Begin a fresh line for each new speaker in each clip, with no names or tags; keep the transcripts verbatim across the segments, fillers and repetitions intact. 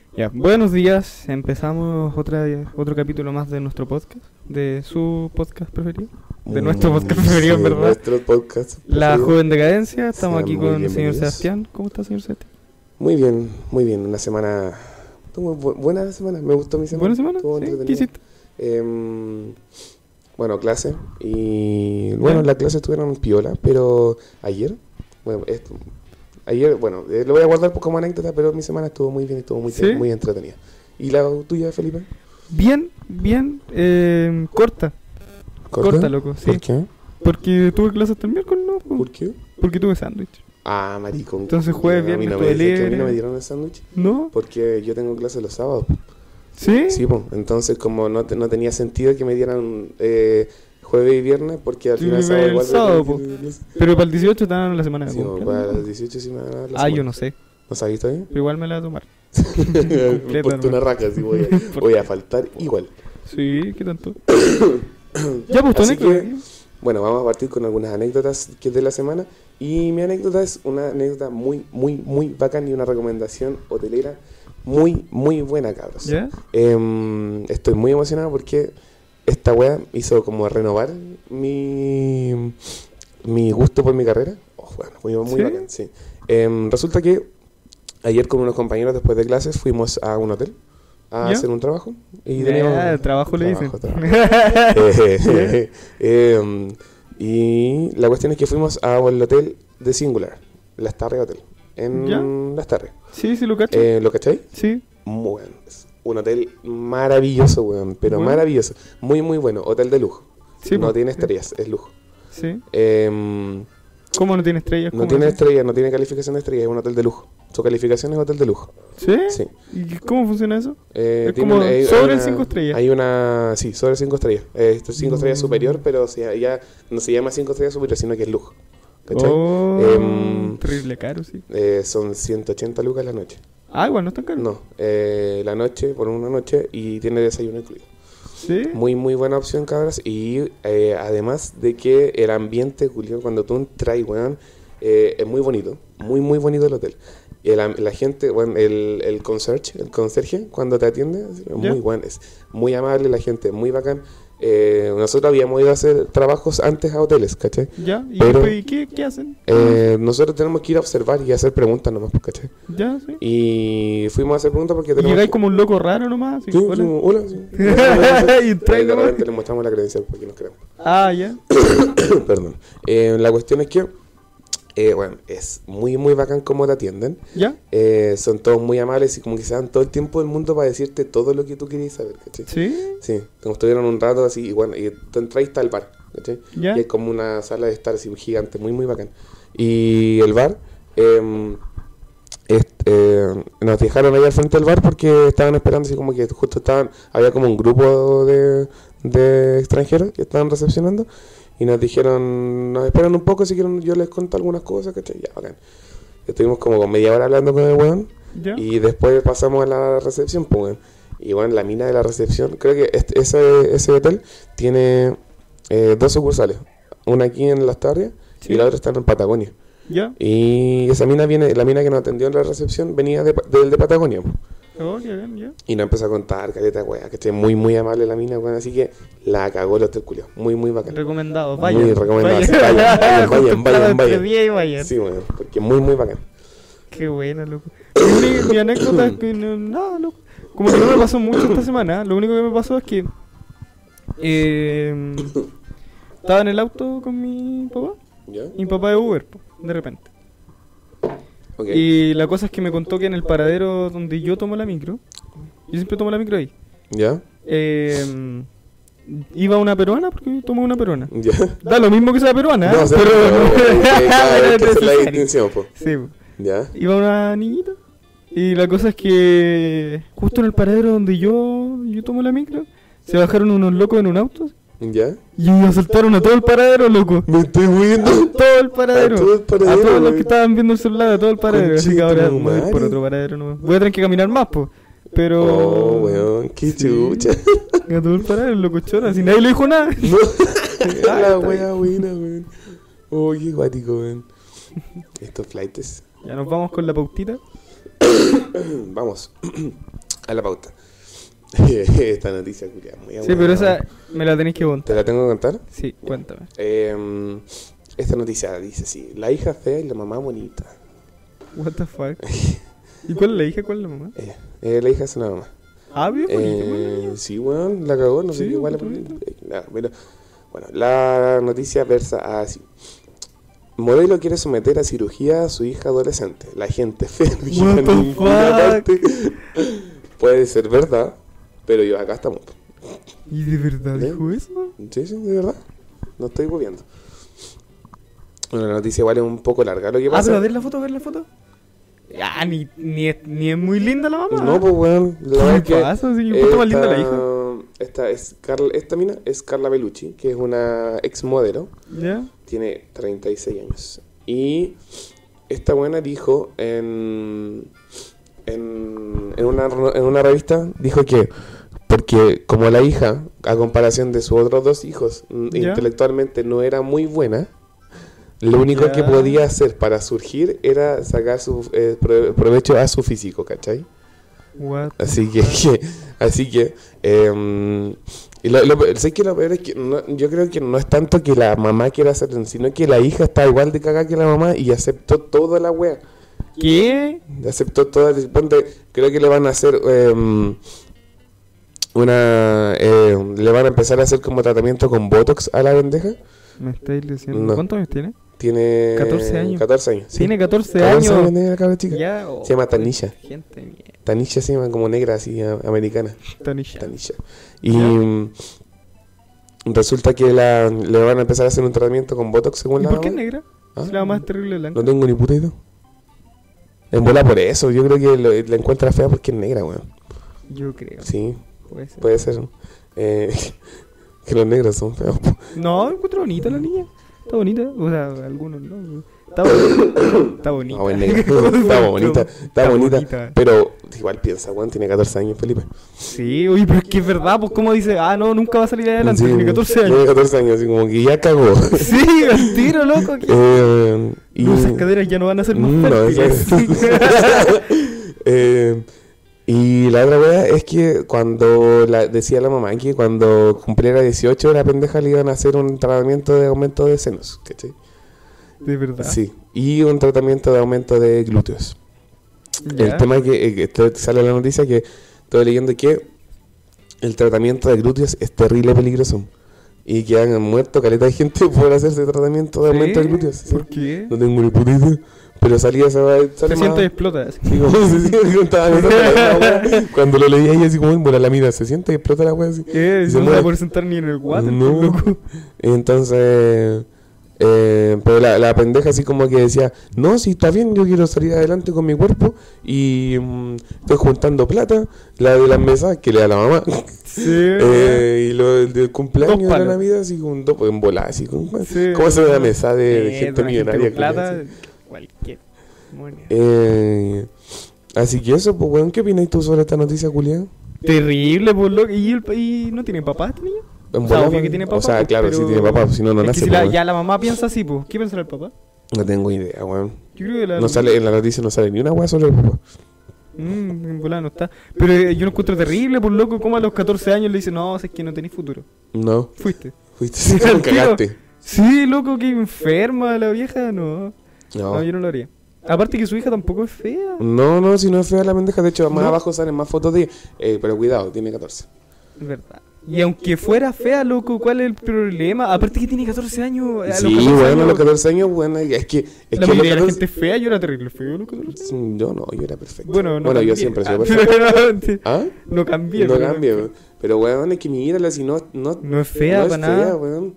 Ya, buenos días. Empezamos otra, otro capítulo más de nuestro podcast, de su podcast preferido, de
Mm,
nuestro podcast preferido, en
sí,
verdad.
Nuestro podcast
La
preferido.
Joven Decadencia. Estamos
Sean
aquí
muy
con el señor
bienvenidos.
Sebastián. ¿Cómo está, señor Sebastián?
Muy bien, muy bien. Una semana. Estuvo bu- buena semana, me gustó mi semana.
¿Buena semana?
Estuvo
¿Sí? ¿Qué
entretenida.
hiciste?
Em, bueno, clase. Y bueno,
Ya.
las clases estuvieron piola, pero ayer. Bueno, esto, ayer, bueno, eh, lo voy a guardar como anécdota, pero mi semana estuvo muy bien, estuvo muy,
¿Sí?
muy entretenida. ¿Y la tuya, Felipe?
Bien, bien. Eh, corta, corta, loco, sí.
¿Por qué?
Porque tuve clases hasta el miércoles, ¿no?
¿Por qué?
Porque tuve sándwich.
Ah, maricón.
Entonces, jueves,
A mí
viernes,
no
tuve
me, es que a mí
libre.
no me dieron el sándwich
¿No?
porque yo tengo clases los sábados.
¿Sí?
Sí, pues, entonces como no, te- no tenía sentido que me dieran eh, jueves y viernes porque al
Sí,
final
el
sábado igual
sábado,
tenía
po.
que ir a clase.
Pero para el dieciocho te dan la semana de
Sí, pues,
cumpleaños.
para las dieciocho sí me van a dar la
Ah,
semana.
yo no sé.
¿No sabes todavía?
Pero igual me la voy a tomar.
Me
Completa,
he puesto
¿no?
una raca, sí, voy a, voy a faltar igual.
Sí, ¿qué tanto? Ya, pues tu
Así
anécdota.
que, bueno, vamos a partir con algunas anécdotas que es de la semana. Y mi anécdota es una anécdota muy, muy, muy bacán y una recomendación hotelera muy, muy buena, cabros.
¿Ya?
Em, estoy muy emocionado porque esta wea hizo como renovar mi, mi gusto por mi carrera. Oh, bueno, muy, muy
¿Sí?
bacán, sí. Em, resulta que ayer con unos compañeros después de clases fuimos a un hotel a
¿Ya?
hacer un trabajo. Y
Ya,
teníamos-
trabajo le dicen.
trabajo, trabajo. Eh, em, y la cuestión es que fuimos al hotel de Singular, Las Tarres Hotel, en
¿Ya?
Las Tarres.
Sí, sí, lo cacho.
Eh, ¿Lo cachai?
Sí.
Muy bueno. Es un hotel maravilloso, weón. Pero
Bueno.
maravilloso. Muy, muy bueno. Hotel de lujo.
Sí,
no
po.
tiene estrellas, es lujo.
Sí.
Em,
¿Cómo no tiene estrellas?
no
¿Cómo
tiene
es?
estrellas, no tiene calificación de estrellas, es un hotel de lujo. Su calificación es hotel de lujo.
¿Sí?
Sí.
¿Y cómo funciona eso?
Eh,
Es
tiene
como
una- hay-
sobre
hay
el cinco estrellas.
Hay una. Sí, sobre cinco estrellas. Eh, esto es cinco estrellas
Mm.
superior, pero se- ya no se llama cinco estrellas superior, sino que es lujo. ¿Cachai?
Oh,
Em,
terrible caro, sí.
Eh, son ciento ochenta lucas la noche.
Ah, igual no es tan caro.
No, eh, la noche, por una noche, y tiene desayuno incluido.
¿Sí?
Muy, muy buena opción, cabras. Y eh, además de que el ambiente, Julio, cuando tú entras, weón, eh, es muy bonito. Muy, muy bonito el hotel. Y el am- la gente, bueno, el, el concierge, el conserje, cuando te atiende, es
¿Ya?
muy bueno. Es muy amable la gente, muy bacán. Eh, nosotros habíamos ido a hacer trabajos antes a hoteles, ¿cachai?
¿Ya? ¿Y,
Pero-
después, ¿y qué, qué hacen?
Eh, nosotros tenemos que ir a observar y hacer preguntas nomás, ¿cachai?
¿Ya? ¿Sí?
Y fuimos a hacer preguntas porque
¿Y
tenemos
llegáis
que-
como un loco raro nomás? ¿Sí?
Sí,
Hola.
sí, hola, sí.
Y
Eh,
entráis
de
nomás.
repente les mostramos la credencial porque nos creemos.
Ah, ya.
Perdón. Eh, la cuestión es que, eh, bueno, es muy, muy bacán cómo te atienden.
¿Ya?
Eh, son todos muy amables y como que se dan todo el tiempo del mundo para decirte todo lo que tú querías saber, ¿cachai?
¿Sí?
Sí, como estuvieron un rato así, y bueno, y tú entras y está el bar, ¿cachai?
¿Ya?
Y es como una sala de estar así gigante, muy, muy bacán. Y el bar, eh, est- eh, nos dejaron ahí al frente del bar porque estaban esperando así como que justo estaban, había como un grupo de, de extranjeros que estaban recepcionando y nos dijeron, nos esperan un poco si quieren yo les cuento algunas cosas, ¿cachai? Ya, bacán. Estuvimos como con media hora hablando con el weón
¿Ya?
y después pasamos a la recepción, pues, weón. Y bueno, la mina de la recepción, creo que este- ese, ese hotel tiene eh, dos sucursales. Una aquí en Las Tarrias
Sí.
y la otra está en Patagonia.
¿Ya?
Y esa mina viene, la mina que nos atendió en la recepción venía de, Pa- del de Patagonia. po.
Oh, qué bien, ¿ya?
Y nos empezó a contar, caleta, weá, que esté muy, muy amable la mina, weón. Así que la cagó el hotel culiao. Muy, muy bacán.
Recomendado,
Muy
vayan.
recomendado, sí, vayan, vayan,
Justo
vayan,
en plata
vayan,
entre
vayan.
día y vayan.
Sí, weón, porque muy, muy bacán.
Qué buena, loco. Mi, mi anécdota es que no, nada, loco. Como que no me pasó mucho esta semana. Lo único que me pasó es que eh, estaba en el auto con mi papá.
¿Ya?
Y mi papá de Uber, po, de repente.
Ok.
Y la cosa es que me contó que en el paradero donde yo tomo la micro, yo siempre tomo la micro ahí,
¿Ya?
eh, iba una peruana porque yo tomo una peruana.
¿Ya?
Da lo mismo que sea peruana, ¿eh?
No, o sea,
pero...
pero, eh, claro, hay que
pero
hacer la
necesario.
distinción, po.
Sí, po.
¿Ya?
Iba una niñita. Y la cosa es que justo en el paradero donde yo, yo tomo la micro, se bajaron unos locos en un auto
¿Ya?
y asaltaron a todo el paradero, loco.
Me estoy
A
viendo.
todo el paradero.
A todo el paradero,
A todos los
güey.
que estaban viendo el celular, a todo el paradero. Así que ahora
Conchetumare.
me voy a ir por otro paradero nomás. Voy a tener que caminar más, pues. Pero.
Oh, weón, qué
Sí.
chucha.
A todo el paradero, loco chora. Si nadie le dijo nada.
No.
Ah,
La
está
wea buena, weón. Oh, qué guático, weón. Estos flights.
Ya nos vamos con la pautita.
Vamos. A la pauta. Esta noticia culiada muy
Sí, pero esa me la tenéis que
¿Te
contar.
la tengo que contar?
Sí, cuéntame.
Eh, esta noticia dice así: la hija fea y la mamá bonita.
What the fuck. ¿Y cuál es la hija? ¿Cuál es la mamá?
Eh, eh, la hija es una mamá.
Ah, bien bonita,
Eh,
bueno.
sí, weón, la cagó, no sé
Sí,
qué igual.
bonita.
Pero, bueno, la noticia versa así. Modelo quiere someter a cirugía a su hija adolescente. La gente fea no llega
What
a
the
ninguna
fuck?
parte. Puede ser verdad, pero yo acá estamos.
¿Y de verdad
¿Eh?
dijo eso?
Sí, sí, de verdad. No estoy moviendo. Bueno, la noticia igual es un poco larga. Lo que
Ah,
pasa...
pero a ver la foto, a ver la foto. Ah, ni, ni, es, ni es muy linda la mamá.
No, pues weón. La verdad es
¿Qué
que
pasa? Sí, un poco más linda la
esta-
hija.
Esta, es Carla, esta mina es Carla Bellucci, que es una ex modelo.
¿Ya?
Tiene treinta y seis años. Y esta buena dijo en, en, en, una, en una revista, dijo que porque como la hija, a comparación de sus otros dos hijos, mm,
¿Ya?
intelectualmente no era muy buena, lo único
Ya.
que podía hacer para surgir era sacar su eh, prove- provecho a su físico, ¿cachai?
What?
Así que, que- así que, eh, y lo, lo, sé que lo peor es que no- yo creo que no es tanto que la mamá quiera hacerlo, sino que la hija está igual de cagada que la mamá y aceptó toda la wea.
¿Qué?
Aceptó toda, ponte, creo que le van a hacer eh, una, eh, le van a empezar a hacer como tratamiento con Botox a la pendeja.
¿Me estáis diciendo?
No.
¿Cuántos años tiene?
Tiene
catorce años.
catorce años. sí.
Tiene catorce
catorce
años.
tiene la cabra chica.
Ya, oh,
Se llama Tanisha.
Gente mierda.
Tanisha se llama como negra así, a- americana.
Tanisha.
Tanisha. Y mm, resulta que la, le van a empezar a hacer un tratamiento con Botox según
¿Y
la
por qué es
mamá.
negra?
Ah,
Si la mamá es terrible blanca.
No tengo ni puta idea. En bola por eso, yo creo que lo- la encuentra fea porque es negra, weón.
Yo creo.
Sí,
Puede ser.
puede ser. Eh, que los negros son feos. po.
No, encuentro bonita la niña. Está bonita. O sea, algunos no. Está bonita. Está bonita.
No, es negra. Está bonita, está bonita. Pero igual piensa, weón, tiene catorce años, Felipe.
Sí, oye, pero es que es verdad, pues cómo dice, ah, no, nunca va a salir adelante,
Sí,
tiene catorce años.
Tiene catorce años, así como que ya cagó.
Sí, al tiro, loco. Que...
Eh, y...
No, esas caderas ya no van a ser más
No,
fértiles.
esa- Eh, y la otra wea es que cuando la, decía la mamá que cuando cumpliera dieciocho la pendeja le iban a hacer un tratamiento de aumento de senos, ¿cachai?
De verdad.
Sí, y un tratamiento de aumento de glúteos.
Ya.
El tema es que, eh, que esto sale en la noticia que estoy leyendo que el tratamiento de glúteos es terrible peligroso y que han muerto caleta de gente por hacerse tratamiento de aumento de
¿Sí?
glúteos. Sí.
¿Por qué?
No tengo ni puta idea, pero salía esa sale
Se
más-
siente y explota. así.
Sí, como se siente que estaba pensando en la wea. Cuando lo leí ahí así como en bola la mira, se siente y explota la wea así.
¿Qué?
Se
No se va
muere.
a poder sentar ni en el water,
No.
pues, loco.
Entonces, eh, pero la, la pendeja así como que decía, no, si está bien, yo quiero salir adelante con mi cuerpo y mm, estoy juntando plata, la de las mesas que le da la mamá.
Sí.
Eh, y lo del, del cumpleaños
Dos
de la
palos.
Navidad así con dos en bola, así con,
Sí.
¿cómo se ve la mesa de, de
Eh,
gente
una
millonaria?
con
que
plata,
le hace?
cualquier moneda.
Eh, así que eso, pues weón, ¿qué opinas tú sobre esta noticia, Julián?
Terrible, por loco. ¿Y, el, ¿Y no tiene papá este niño?
En
O sea,
bola,
obvio
pues,
que tiene papá.
O sea,
pues,
claro,
pero-
sí tiene papá, pues, si no, no
es
nace.
que si
pues,
la-
weón.
ya la mamá piensa así, pues, ¿qué pensará el papá?
No tengo idea, weón.
Yo creo que la...
No sale, en la noticia no sale ni una weá sobre el papá.
Mm, en volada no está. Pero eh, yo lo encuentro terrible, por loco, como a los catorce años le dice, no, es que no tenéis futuro.
No,
Fuiste.
fuiste,
Sí,
sí,
al tiro.
cagaste.
Sí, loco, que enferma la vieja, no. No,
No.
yo no lo haría. Aparte que su hija tampoco es fea.
No, no, si no es fea la pendeja. De hecho, más
¿No?
abajo salen más fotos de ella. Eh, pero cuidado, tiene catorce.
Es verdad. Y aunque fuera fea, loco, ¿cuál es el problema? Aparte que tiene catorce años. A los
Sí,
catorce
bueno, a
años,
los catorce años, bueno, es que... Es
la
que a los
mayoría de la
catorce
gente es fea, yo era terrible feo a los catorce años.
Mm, Yo no, yo era perfecto.
Bueno, no
bueno yo
cambié.
siempre he sido
Ah,
perfecto. ¿Ah?
No cambié.
No
pero-
cambia, pero weón, es que mírala, si no... No,
No es fea
no
para
es fea,
nada.
weón.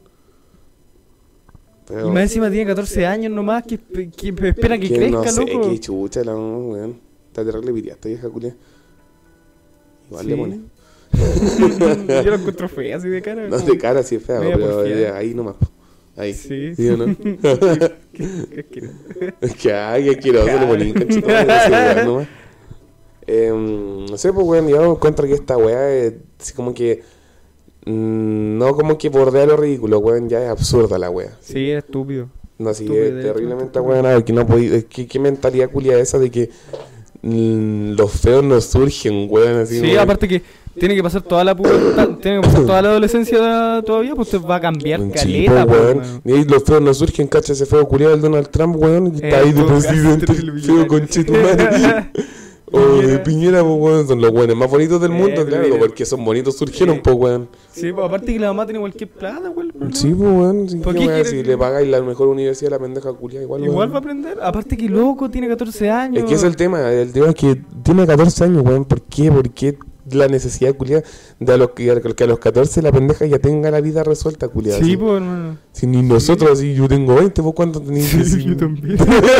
Pero,
Y más encima tiene catorce años nomás, que, que espera que,
que
crezca,
no sé,
loco.
que chucha la weón. Está terrible pitiada esta vieja culia. Igual
Sí.
le pone.
Yo la encuentro fea así de cara.
No,
como-
de cara sí es fea,
media
pero
porfiada.
ya, ahí nomás. Ahí.
Sí,
¿Sí o no?
Qué- qué asqueroso.
Es que, ay, qué asqueroso, le poní un cachito nomás. Eh, no sé, pues, weón, yo encuentro que esta weá es así como que. mm, no como que bordea lo ridículo, weón, ya es absurda la weá.
Sí, es estúpido.
No, sí,
Estúpido,
es
de hecho,
terriblemente
estúpido.
weón, que no podí, es que qué mentalidad culia esa de que mm, los feos no surgen, weón. Así
Sí,
como-
aparte que tiene que pasar toda la pubertad, tiene que pasar toda la adolescencia todavía, pues usted va a cambiar
Sí,
caleta,
po,
pues,
weón.
weón.
Y ahí los feos no surgen, cacha ese feo culiado del Donald Trump, weón. Y está
Eh,
ahí de
todo
presidente,
casi
el
terrible
feo conchetumare. O de
Piñera.
Piñera, pues, weón. Son los weones más bonitos del
Eh,
mundo,
pero
claro.
mira.
Porque son bonitos, surgieron,
Sí.
pues, weón.
Sí, pues aparte que la mamá tiene cualquier plata, weón.
Sí, pues, weón. Sí,
¿Por
¿qué
qué
weón?
quiere
Si
que-
le pagáis la mejor universidad a la pendeja culiada, igual,
Igual
weón.
va a aprender. Aparte que loco, tiene catorce años.
Es que ese es el tema. El tema es que tiene catorce años, weón. ¿Por qué? ¿Por qué la necesidad culiada de a los que, que a los catorce la pendeja ya tenga la vida resuelta, culiada?
Sí,
así?
pues hermano.
Si ni nosotros, así, yo tengo veinte, ¿vos cuánto tenés?
Sí, yo también.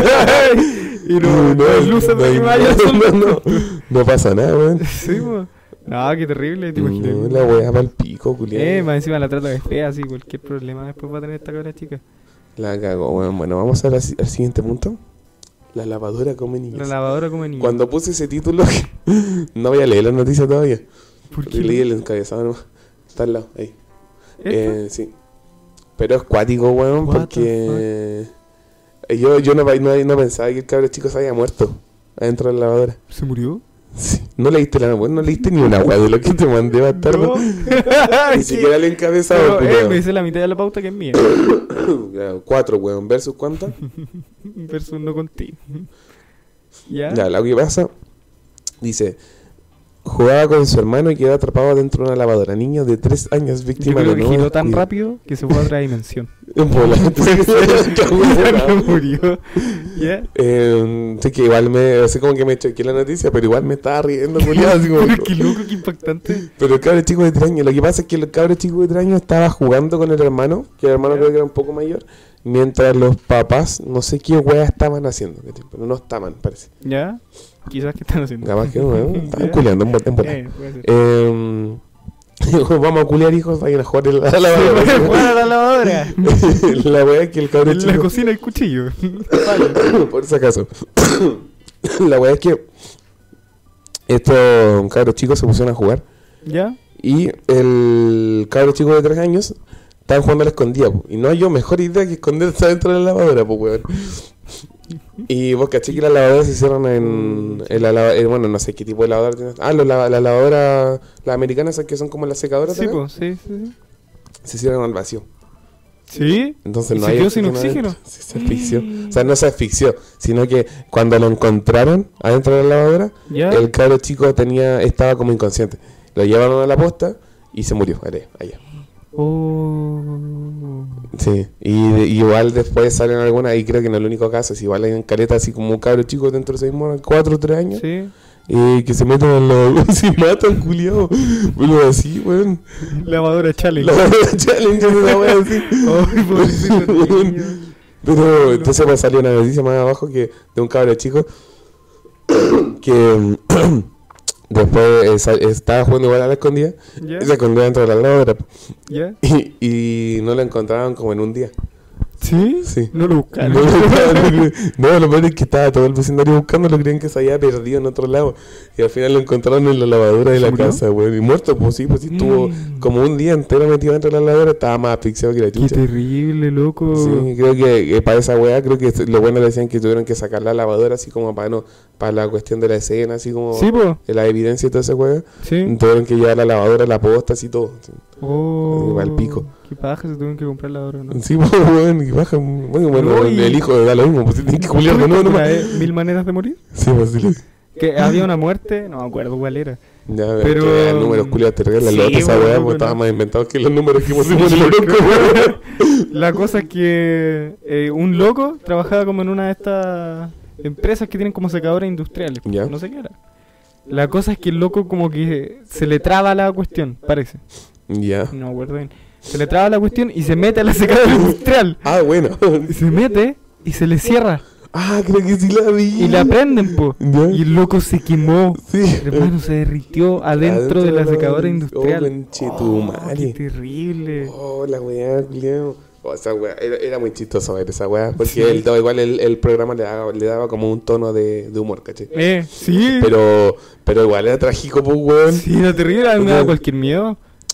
y
No,
no,
no,
las luces
no
de
hay-
mi malla son
no, no, no pasa nada, weón.
Sí, pues. No, qué terrible, te imaginas.
No, la weá pa'l pico, culiado.
Eh, más encima la trata de fea, así, cualquier problema después va a tener esta cabra chica.
La cago, weón. Bueno, vamos a la si- al siguiente punto. La lavadora come niños.
La lavadora como niño.
Cuando puse ese título, no voy a leer la noticia todavía.
¿Por
Porque leí
qué?
el encabezado nomás. Está al lado, ahí.
¿Esto?
Eh, sí. Pero es cuático, weón,
What the
porque eh, yo, yo no, no, no pensaba que el cabro chico se había muerto adentro de la lavadora.
¿Se murió?
Sí. No leíste la weón, no leíste ni una weá de lo que te mandé bastardo.
No.
Ni siquiera el encabezado,
Pero, eh,
culiao.
me dice la mitad de la pauta que es mía.
Ya, Cuatro, weón, versus cuánto.
Versus no contigo. ¿Ya?
Ya, lo que pasa, dice, jugaba con su hermano y quedó atrapado dentro de una lavadora. Niño de tres años,
Yo
víctima
creo
de
que
nuevo
giró tan
descuido.
rápido que se fue a otra dimensión.
En bola.
No murió. ¿Ya?
Eh, sí que igual me, así como que me choqué la noticia, pero igual me estaba riendo, culiado, así como-
Qué loco, qué impactante.
Pero el cabro chico de tres años, lo que pasa es que el cabro chico de tres años estaba jugando con el hermano, que el hermano
Ya.
creo que era un poco mayor, mientras los papás, no sé qué weas estaban haciendo, ¿cachai? Pero no estaban, parece.
¿Ya? Quizás, ¿qué están haciendo?
Capaz que no, ¿eh? Estaban
Ya.
culeando en bola. En bola.
Eh, puede ser.
Eh, vamos a culear, hijos, vayan a jugar en la
Sí,
lavadora.
puede jugar a la lavadora.
La wea es que el cabro
En la
chico,
cocina hay cuchillo. Vale.
por si acaso, la wea es que estos cabros chicos se pusieron a jugar.
¿Ya?
Y el cabro chico de tres años estaba jugando a la escondida, po. Y no hay yo mejor idea que esconderse dentro de la lavadora, pues, weón. Y vos caché que las lavadoras se hicieron en, en la lava- eh, bueno, no sé qué tipo de lavadora tienes. Ah, los lava- las lavadoras, las americanas, esas que son como las secadoras,
Sí,
también,
pues, sí, sí, sí.
se hicieron al vacío.
¿Sí?
Entonces
¿Y
no
se
hay
quedó sin
oxígeno
oxígeno?
adentro. Sí, se asfixió. O sea, no se asfixió, sino que cuando lo encontraron adentro de la lavadora,
¿Ya?
el cabro chico tenía, estaba como inconsciente. Lo llevaron a la posta y se murió, allá. allá.
Oh.
Sí, y, de- y igual después salen algunas, y creo que no es el único caso, es igual hay en caleta así como un cabro chico dentro de seis monos, cuatro o tres años,
Sí.
y que se meten en los y se matan, culiao. Bueno, así, weón.
Lavadora challenge.
La challenge es una wea así.
Ay, pobrecito niño.
Pero entonces me salió una noticia más abajo que de un cabro chico que después eh, sa- estaba jugando igual a la escondida
¿Ya?
y se escondió dentro de la lavadora
¿Ya?
y, y no lo encontraban como en un día.
¿Sí?
Sí.
No lo buscaron.
No, no, lo peor es que estaba todo el vecindario buscándolo, creían que se había perdido en otro lado. Y al final lo encontraron en la lavadora de
¿Se
la
murió?
casa, güey. Y muerto, pues sí, pues sí, estuvo
Mm.
como un día entero metido dentro de la lavadora, estaba más asfixiado que la
Qué
chucha.
terrible, loco.
Sí, creo que, que para esa weá, creo que lo bueno le decían que tuvieron que sacar la lavadora así como para no, para la cuestión de la escena, así como
Sí, po.
de la evidencia y todo ese weá.
Sí.
Tuvieron que llevar la lavadora, la posta, así todo. Sí,
Oh.
va al pico.
Qué paja, se tuvieron que comprar la hora, ¿no?
sí pues, weón, y baja, bueno, bueno,
No, y-
el hijo da lo mismo, pues tienen que culiar de nuevo
¿Una
nomás.
vez, Mil maneras de morir?
Sí, pues sí. lo-
Que había una muerte, no me acuerdo cuál era.
Ya,
Pero-
pero que el número culiado te regala
Sí,
la otra esa
bueno,
weá,
bueno.
pues estaba más inventado que los números que pusimos en el bronco, weón.
La cosa es que eh, un loco trabajaba como en una de estas empresas que tienen como secadoras industriales.
Ya.
No sé qué era. La cosa es que el loco como que se le traba la cuestión, parece.
Ya.
No me acuerdo bien. Se le traba la cuestión y se mete a la secadora industrial.
Ah, bueno.
Y se mete y se le cierra.
Ah, creo que sí la vi.
Y la prenden, po.
Ya.
Y el loco se quemó.
Sí.
Hermano, se derritió adentro de la secadora industrial.
Oh, conchetumare.
qué terrible.
Oh, la weá, culiao. Oh, esa weá, era, era muy chistoso ver esa weá, porque
Sí.
el, igual el, el programa le daba, le daba como un tono de, de humor, ¿cachai?
Eh, sí.
Pero, pero igual era trágico, pues, weón.
Sí, era terrible. A mí me da cualquier miedo.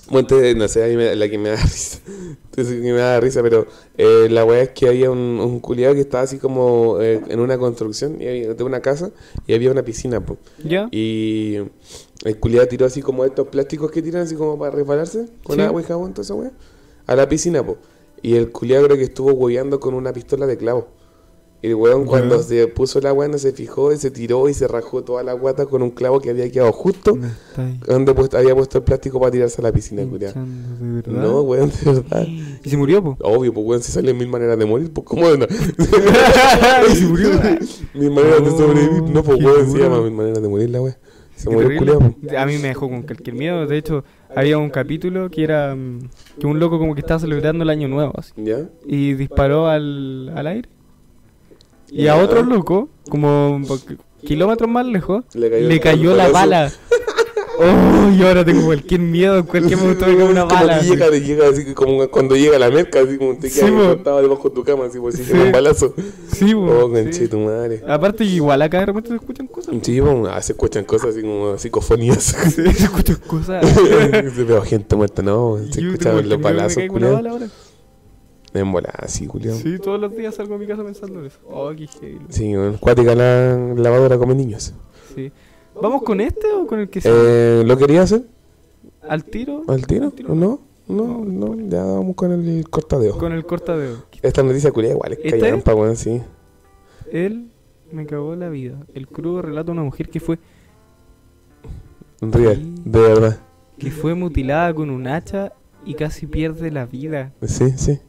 Bueno, entonces, no sé, a mí me, la que me da risa. Entonces, que me da risa, pero eh, la weá es que había un, un culiado que estaba así como eh, en una construcción y había, de una casa y había una piscina, po.
¿Ya?
Y el culiado tiró así como estos plásticos que tiran así como para resbalarse con
Sí.
agua y jabón, toda esa weá, a la piscina, po. Y el culiado creo que estuvo hueveando con una pistola de clavo. Y el weón
Ya.
cuando se puso la weá no se fijó y se tiró y se rajó toda la guata con un clavo que había quedado justo
Me estáis
donde puest- había puesto el plástico para tirarse a la piscina, culiado.
hinchando, ¿de verdad?
No, weón, de verdad.
¿Y se murió, po?
Obvio, pues weón, si salen mil maneras de morir, pues cómo de no.
¿Y se murió?
Mil maneras de
Oh,
sobrevivir, no, pues
qué
weón, se
duro.
llama mil maneras de morir la weá. Se
Qué
murió el
terrible.
culiado, pues.
A mí me dejó con cualquier miedo. De hecho, había un capítulo que era mm, que un loco como que estaba celebrando el año nuevo así,
¿Ya?
y disparó al, al aire. Y
Ya.
a otro loco, como po- kilómetros más lejos,
Le cayó,
le cayó la bala. Oh, y ahora tengo cualquier miedo, cualquier momento me cae una
Como
bala.
que
así.
llega, llega así como cuando llega la merca, así como te
Sí,
quedas
po.
acostado debajo de tu cama, así pues si
Sí.
se un balazo.
Sí, po,
Oh,
sí.
conche tu madre.
Aparte, igual acá de repente se escuchan cosas.
Sí, pues, ah, se escuchan cosas así como psicofonías.
Sí, se escuchan cosas.
Se veo gente muerta, no, se
Yo tengo
escuchan
cualquier
los
miedo que me
balazos,
caiga una
culiao.
bala ahora.
En volada, sí, culiao.
Sí, todos los días salgo a mi casa pensando en eso. Oh, qué heavy.
Sí, bueno, cuática la lavadora come niños.
Sí. ¿Vamos con este o con el que sigue?
Eh, ¿Lo quería hacer?
¿Al tiro?
¿Al tiro? ¿No? No, no, ya vamos con el cortadeo.
Con el cortadeo.
Esta noticia culia igual es
¿Esta
callampa, weón, sí.
Él me cagó la vida. El crudo relato de una mujer que fue
Real,
Sí.
de verdad.
que fue mutilada con un hacha y casi pierde la vida.
Sí, sí.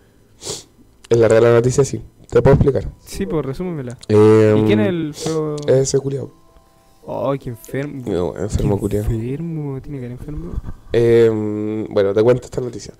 Es la real la noticia, sí. Te puedo explicar.
Sí, pues resúmemela.
Eh,
¿Y quién es el feo?
Ese culiao.
Ay, qué enfermo.
No, enfermo
Qué
culiao.
Enfermo, tiene que ser enfermo.
Eh, bueno, te cuento esta noticia.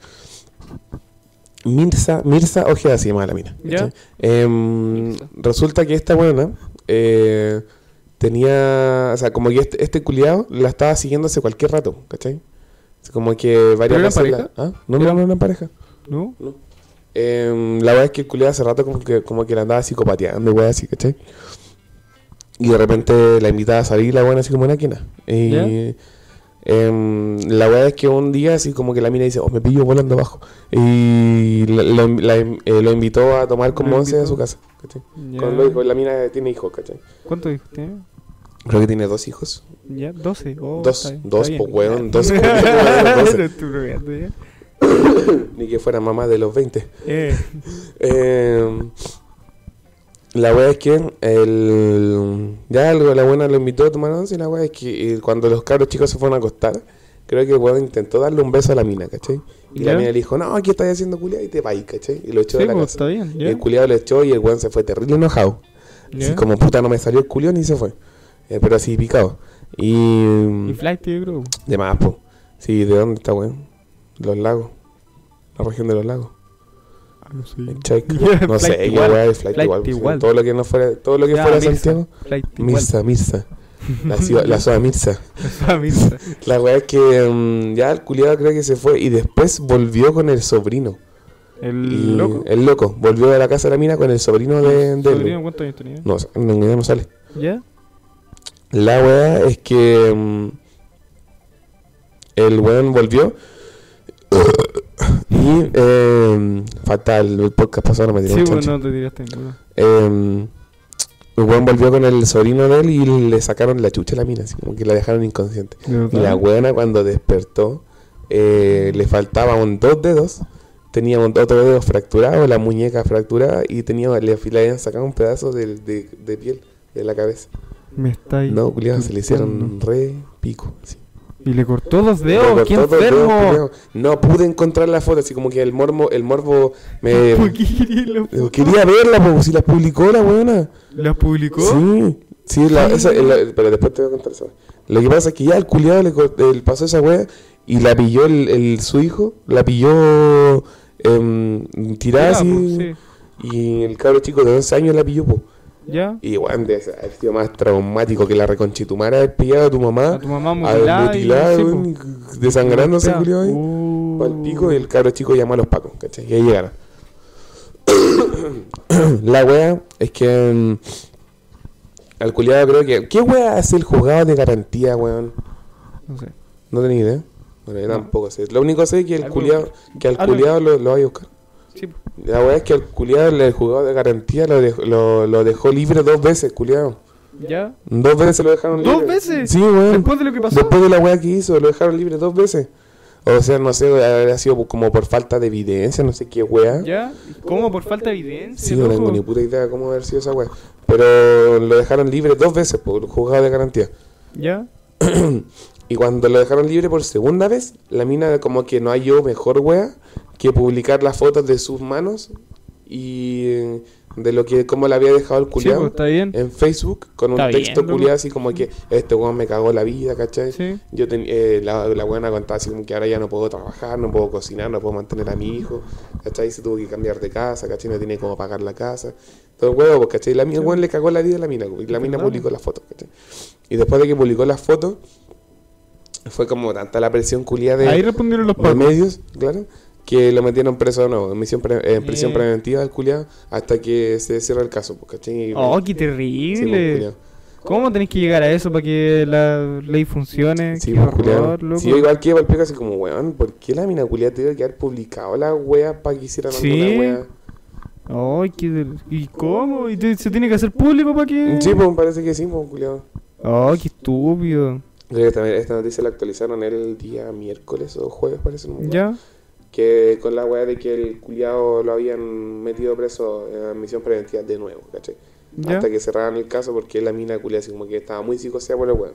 Mirza, Mirza Ojeda se llama la mina.
¿Ya?
¿cachai? Eh,
Mirza.
resulta que esta buena eh, tenía, o sea, como que este, este culiao la estaba siguiendo hace cualquier rato, ¿cachai? Así como que varias
eran
veces la-
pareja?
¿Ah? No, no,
¿Eran-
no eran pareja.
¿No?
Eh, la verdad es que el culiao hace rato como que, como que la andaba psicopateando, wey, así, ¿cachai? Y de repente la invitaba a salir la buena así como una quina. Y
¿Ya?
em, la verdad es que un día así como que la mina dice, oh, me pillo volando abajo. Y la- la- la- eh, lo invitó a tomar como
¿Lo
once a
invitó?
su casa, ¿cachai?
Ya.
Con lo- con la mina tiene hijos, ¿cachai?
¿Cuántos hijos tiene?
Creo que tiene dos hijos.
Ya, doce. Oh,
Dos,
está bien,
dos,
está
po,
bien.
weón, dos, weón, doce.
Te estoy bromeando, ya.
Ni que fuera mamá de los veinte.
Eh,
Eh, la wea es que el, ya algo, la buena lo invitó a tomar once y la wea es que eh, cuando los cabros chicos se fueron a acostar, creo que el weón intentó darle un beso a la mina, ¿cachai? Y
¿Ya?
la mina le dijo, no, aquí estás haciendo culiado y te vais, ¿cachai? Y lo echó
sí,
de la
pues
casa.
está bien.
Y
¿Ya?
el culiado lo echó y el weón se fue terrible enojado.
¿Ya?
Así como puta no me salió el culión y se fue. Eh, pero así picado. Y...
Y Flight, yo creo.
de más, po. Sí, ¿de dónde está, weón? Los lagos. La región de los lagos.
Ah, no sé.
El Chaica.
Ya,
No sé,
Flight
qué
igual,
weá es Flight,
Flight
igual. sí.
igual.
Todo lo que no fuera, todo lo que
Ya,
fuera
Mirza,
Santiago.
Flight igual.
Mirza, Mirza. La ciudad, la ciudad Mirza.
Ah, Mirza.
La weá es que mm, ya el culiado creo que se fue y después volvió con el sobrino.
El
Y
loco.
El loco. Volvió de la casa de la mina con el sobrino de, de
¿Sobrino
él.
cuántos años tenía?
No, no, no, no sale.
¿Ya?
La weá es que mm, el weón volvió y eh, fatal, el podcast pasado no me tiró
Sí,
un
pues
chancho.
no te tiraste ninguno.
Eh, el weón volvió con el sobrino de él y le sacaron la chucha a la mina, así como que la dejaron inconsciente. Y la weona cuando despertó eh, le faltaban dos dedos, tenía un- otro dedo fracturado, la muñeca fracturada y tenía le, le habían sacado un pedazo de, de, de piel de la cabeza.
Me está ahí.
No, culiado, se le hicieron
chupando.
re pico. Sí.
Y le cortó dos
Le
dedos.
cortó
¡Qué
dos dedos,
enfermo!
culiao. No pude encontrar la foto, así como que el morbo, el morbo me
¿Por qué quería la foto?
quería verla, porque si la publicó la buena.
¿La publicó?
Sí, sí, la, esa, la- pero después te voy a contar eso. Lo que pasa es que ya el culiado le, co- le pasó esa wea y la pilló el, el- su hijo, la pilló em, tirada
Ya,
así.
pues, sí.
Y el cabro chico de once años la pilló, po.
¿Ya?
Y bueno, de ese- ha sido más traumático que la reconchitumara haber pillado a tu mamá.
A tu mamá
a
mutilada.
mutilada,
y, sí,
weón,
po.
desangrándose,
Golpeada.
culiado ahí.
Uh.
Pa'l pico y el cabro chico llamó a los pacos, ¿cachai? Y ahí llegaron. La wea es que mm, al culiado creo que... ¿Qué wea hace el juzgado de garantía, weón?
No sé.
No tenía idea. Bueno, yo
No.
tampoco sé. Lo único que sé es que el
Algo-
culiado, que al
algo-
culiado lo, lo vaya a buscar.
Sí, po.
La weá es que el culiado, el jugador de garantía, lo dejó, lo, lo dejó libre dos veces, culiado.
¿Ya?
Dos veces se lo dejaron libre.
¿Dos veces?
Sí, weón.
Después de lo que pasó.
Después de la weá que hizo, lo dejaron libre dos veces. O sea, no sé, habría sido como por falta de evidencia, no sé qué weá.
¿Ya? ¿Cómo? ¿Por falta de evidencia?
Sí, no
loco?
tengo ni puta idea de cómo haber sido esa weá. Pero lo dejaron libre dos veces por juzgado de garantía.
¿Ya?
Y cuando lo dejaron libre por segunda vez, la mina como que no halló mejor weá que publicar las fotos de sus manos y eh, de lo que cómo le había dejado el
Sí,
culiado
pues, está bien.
en Facebook con un
Está
texto
bien, loco.
culiado así como que este weón me cagó la vida, ¿cachai?
Sí.
Yo ten- eh, la, la buena contaba así como que ahora ya no puedo trabajar, no puedo cocinar, no puedo mantener a mi hijo, ¿cachai? Se tuvo que cambiar de casa, ¿cachai? No tiene cómo pagar la casa. Todo el huevo, pues, ¿cachai? La, mi- el weón le cagó la vida a la mina, y la mina
verdad.
publicó las fotos, ¿cachai? Y después de que publicó las fotos, fue como tanta la presión culiada de,
Ahí respondieron los
de
pacos.
medios, claro, que lo metieron preso de nuevo, en, misión pre- en prisión
Eh.
preventiva al culiado hasta que se cierra el caso, pues, ¿cachai? Y-
Oh, qué
sí, pues,
terrible.
culiao.
¿Cómo tenés que llegar a eso para que la ley funcione?
Sí,
qué
pues, culiao.
horror, loco.
Sí, yo igual que Valpega así como, weón, ¿por qué la mina culiada tuvo que haber publicado la wea para que hicieran
Sí.
alguna wea?
Ay, qué del- ¿y cómo? ¿Y te- se tiene que hacer público para que...?
Sí, pues parece que sí, pues, culiado.
Oh, qué estúpido.
Creo que también esta noticia la actualizaron el día miércoles o jueves, parece. No me acuerdo.
¿Ya?
Que con la wea de que el culiado lo habían metido preso en misión preventiva de nuevo, ¿cachai?
¿Ya?
Hasta que cerraran el caso porque la mina culiada así como que estaba muy psicoseada por la wea.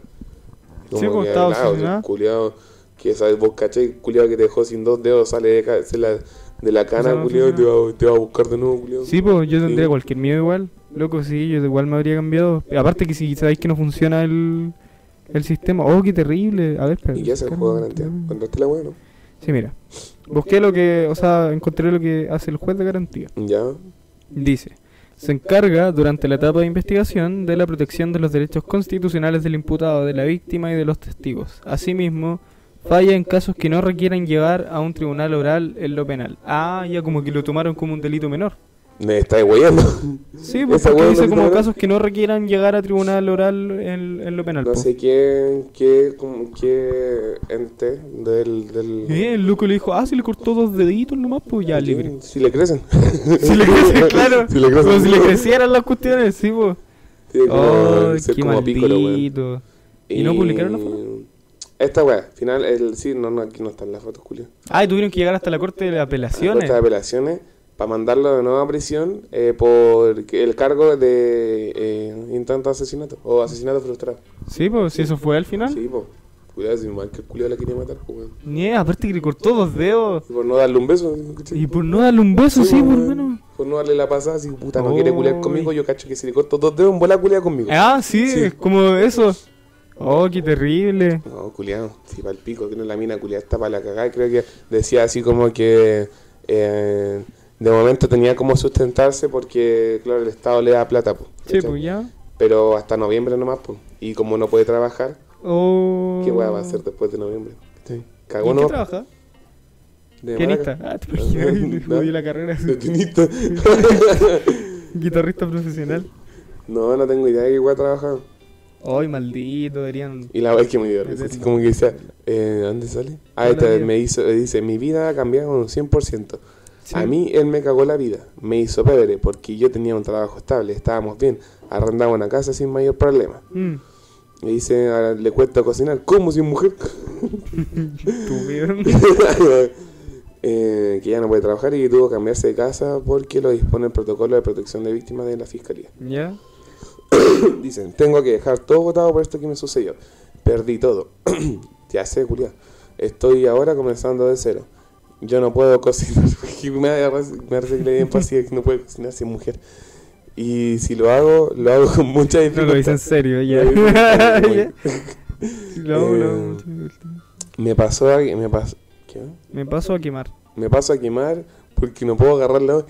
Sí, pues, estaba obsesionada.
el culiado que sabes vos, ¿cachai? El culiado que te dejó sin dos dedos sale de, ca- se la, de la cana,
Esa no
culiado, y te
funciona.
va, te va a buscar de nuevo, culiado.
Sí, pues yo tendría
Sí.
cualquier miedo igual. Loco, sí, yo igual me habría cambiado. Aparte que si sabéis que no funciona el, el sistema. Oh, qué terrible. A ver, espera.
¿Y qué hace el juego de garantía? ¿Encontraste la wea, no?
Sí, mira. Busqué lo que, o sea, encontré lo que hace el juez de garantía.
Ya.
Dice, se encarga durante la etapa de investigación de la protección de los derechos constitucionales del imputado, de la víctima y de los testigos. Asimismo, falla en casos que no requieran llevar a un tribunal oral en lo penal. Ah, ya como que lo tomaron como un delito menor.
Me estáis weyando.
Sí, pues
Esa
porque
hueá
dice
no
como
está-
casos que no requieran llegar a tribunal oral en, en lo penal.
No
po.
sé qué, qué, como, qué ente del... del
Eh, el loco le dijo, ah, si le cortó dos deditos nomás, pues ya, libre.
Si le crecen.
Si le crecen, claro.
Si le crecen.
Como si le crecieran las cuestiones, sí, pues.
Tiene como
Oh,
ser
qué
como pícoro, weón.
maldito. ¿Y no publicaron la foto?
Esta weá, final, el, sí, no, no, aquí no están las fotos, Julio.
Ah, y tuvieron que llegar hasta la corte de apelaciones.
Estas apelaciones para mandarlo de nuevo a prisión eh, por que- el cargo de eh, intento de asesinato o asesinato frustrado.
Sí, pues, si eso fue al final.
Sí, po. Cuidado, si mal que el culiao la quería matar, po, weón.
Nie, aparte que le cortó dos dedos.
Y por no darle un beso. ¿cachai?
Y por no darle un beso, sí,
po,
por
weón.
menos.
Por no darle la pasada, si puta no quiere culiar
Uy.
conmigo, yo cacho que si le corto dos dedos, en bola culia conmigo.
Ah, sí,
Sí.
es como eso. Oh, qué terrible.
No, culiado, si para el pico, que no la mina culiada está para la cagada. Creo que decía así como que eh, de momento tenía como sustentarse porque, claro, el Estado le da plata, pues.
Sí, pues ya.
Pero hasta noviembre nomás, pues. Y como no puede trabajar,
Oh.
¿qué weá va a hacer después de noviembre? Sí.
¿Y
Cagó,
en qué
¿no?
trabaja?
De
Pianista.
maraca.
Ah, te imaginas, le
No.
jodí la carrera.
De pianista.
Guitarrista profesional.
No, no tengo idea de qué weá trabajar.
Ay, maldito, deberían.
Y la vez que me dio risa, así como que decía, eh, ¿dónde sale? Ah,
Hola,
esta
vida.
me hizo, dice, mi vida ha cambiado un cien por ciento.
Sí.
A mí él me cagó la vida, me hizo pebre porque yo tenía un trabajo estable, estábamos bien, arrendaba una casa sin mayor problema.
Mm.
Me dice, ahora le cuesta cocinar, ¿cómo si es mujer?
Estúpido.
Eh, que ya no puede trabajar y que tuvo que cambiarse de casa porque lo dispone el protocolo de protección de víctimas de la fiscalía.
¿Ya?
Dicen, tengo que dejar todo botado por esto que me sucedió. Perdí todo. Ya sé, culiao. Estoy ahora comenzando de cero. Yo no puedo cocinar. Porque me hace me hace que le den pasiva que no puede cocinar sin mujer. Y si lo hago, lo hago con mucha
No
dificultad.
lo hice en serio, ya.
Lo hice en serio,
Ya. Lo hago, lo hago.
Eh, Me pasó a... Me, pas, ¿qué?
Me paso a quemar.
me paso a quemar porque no puedo agarrar la...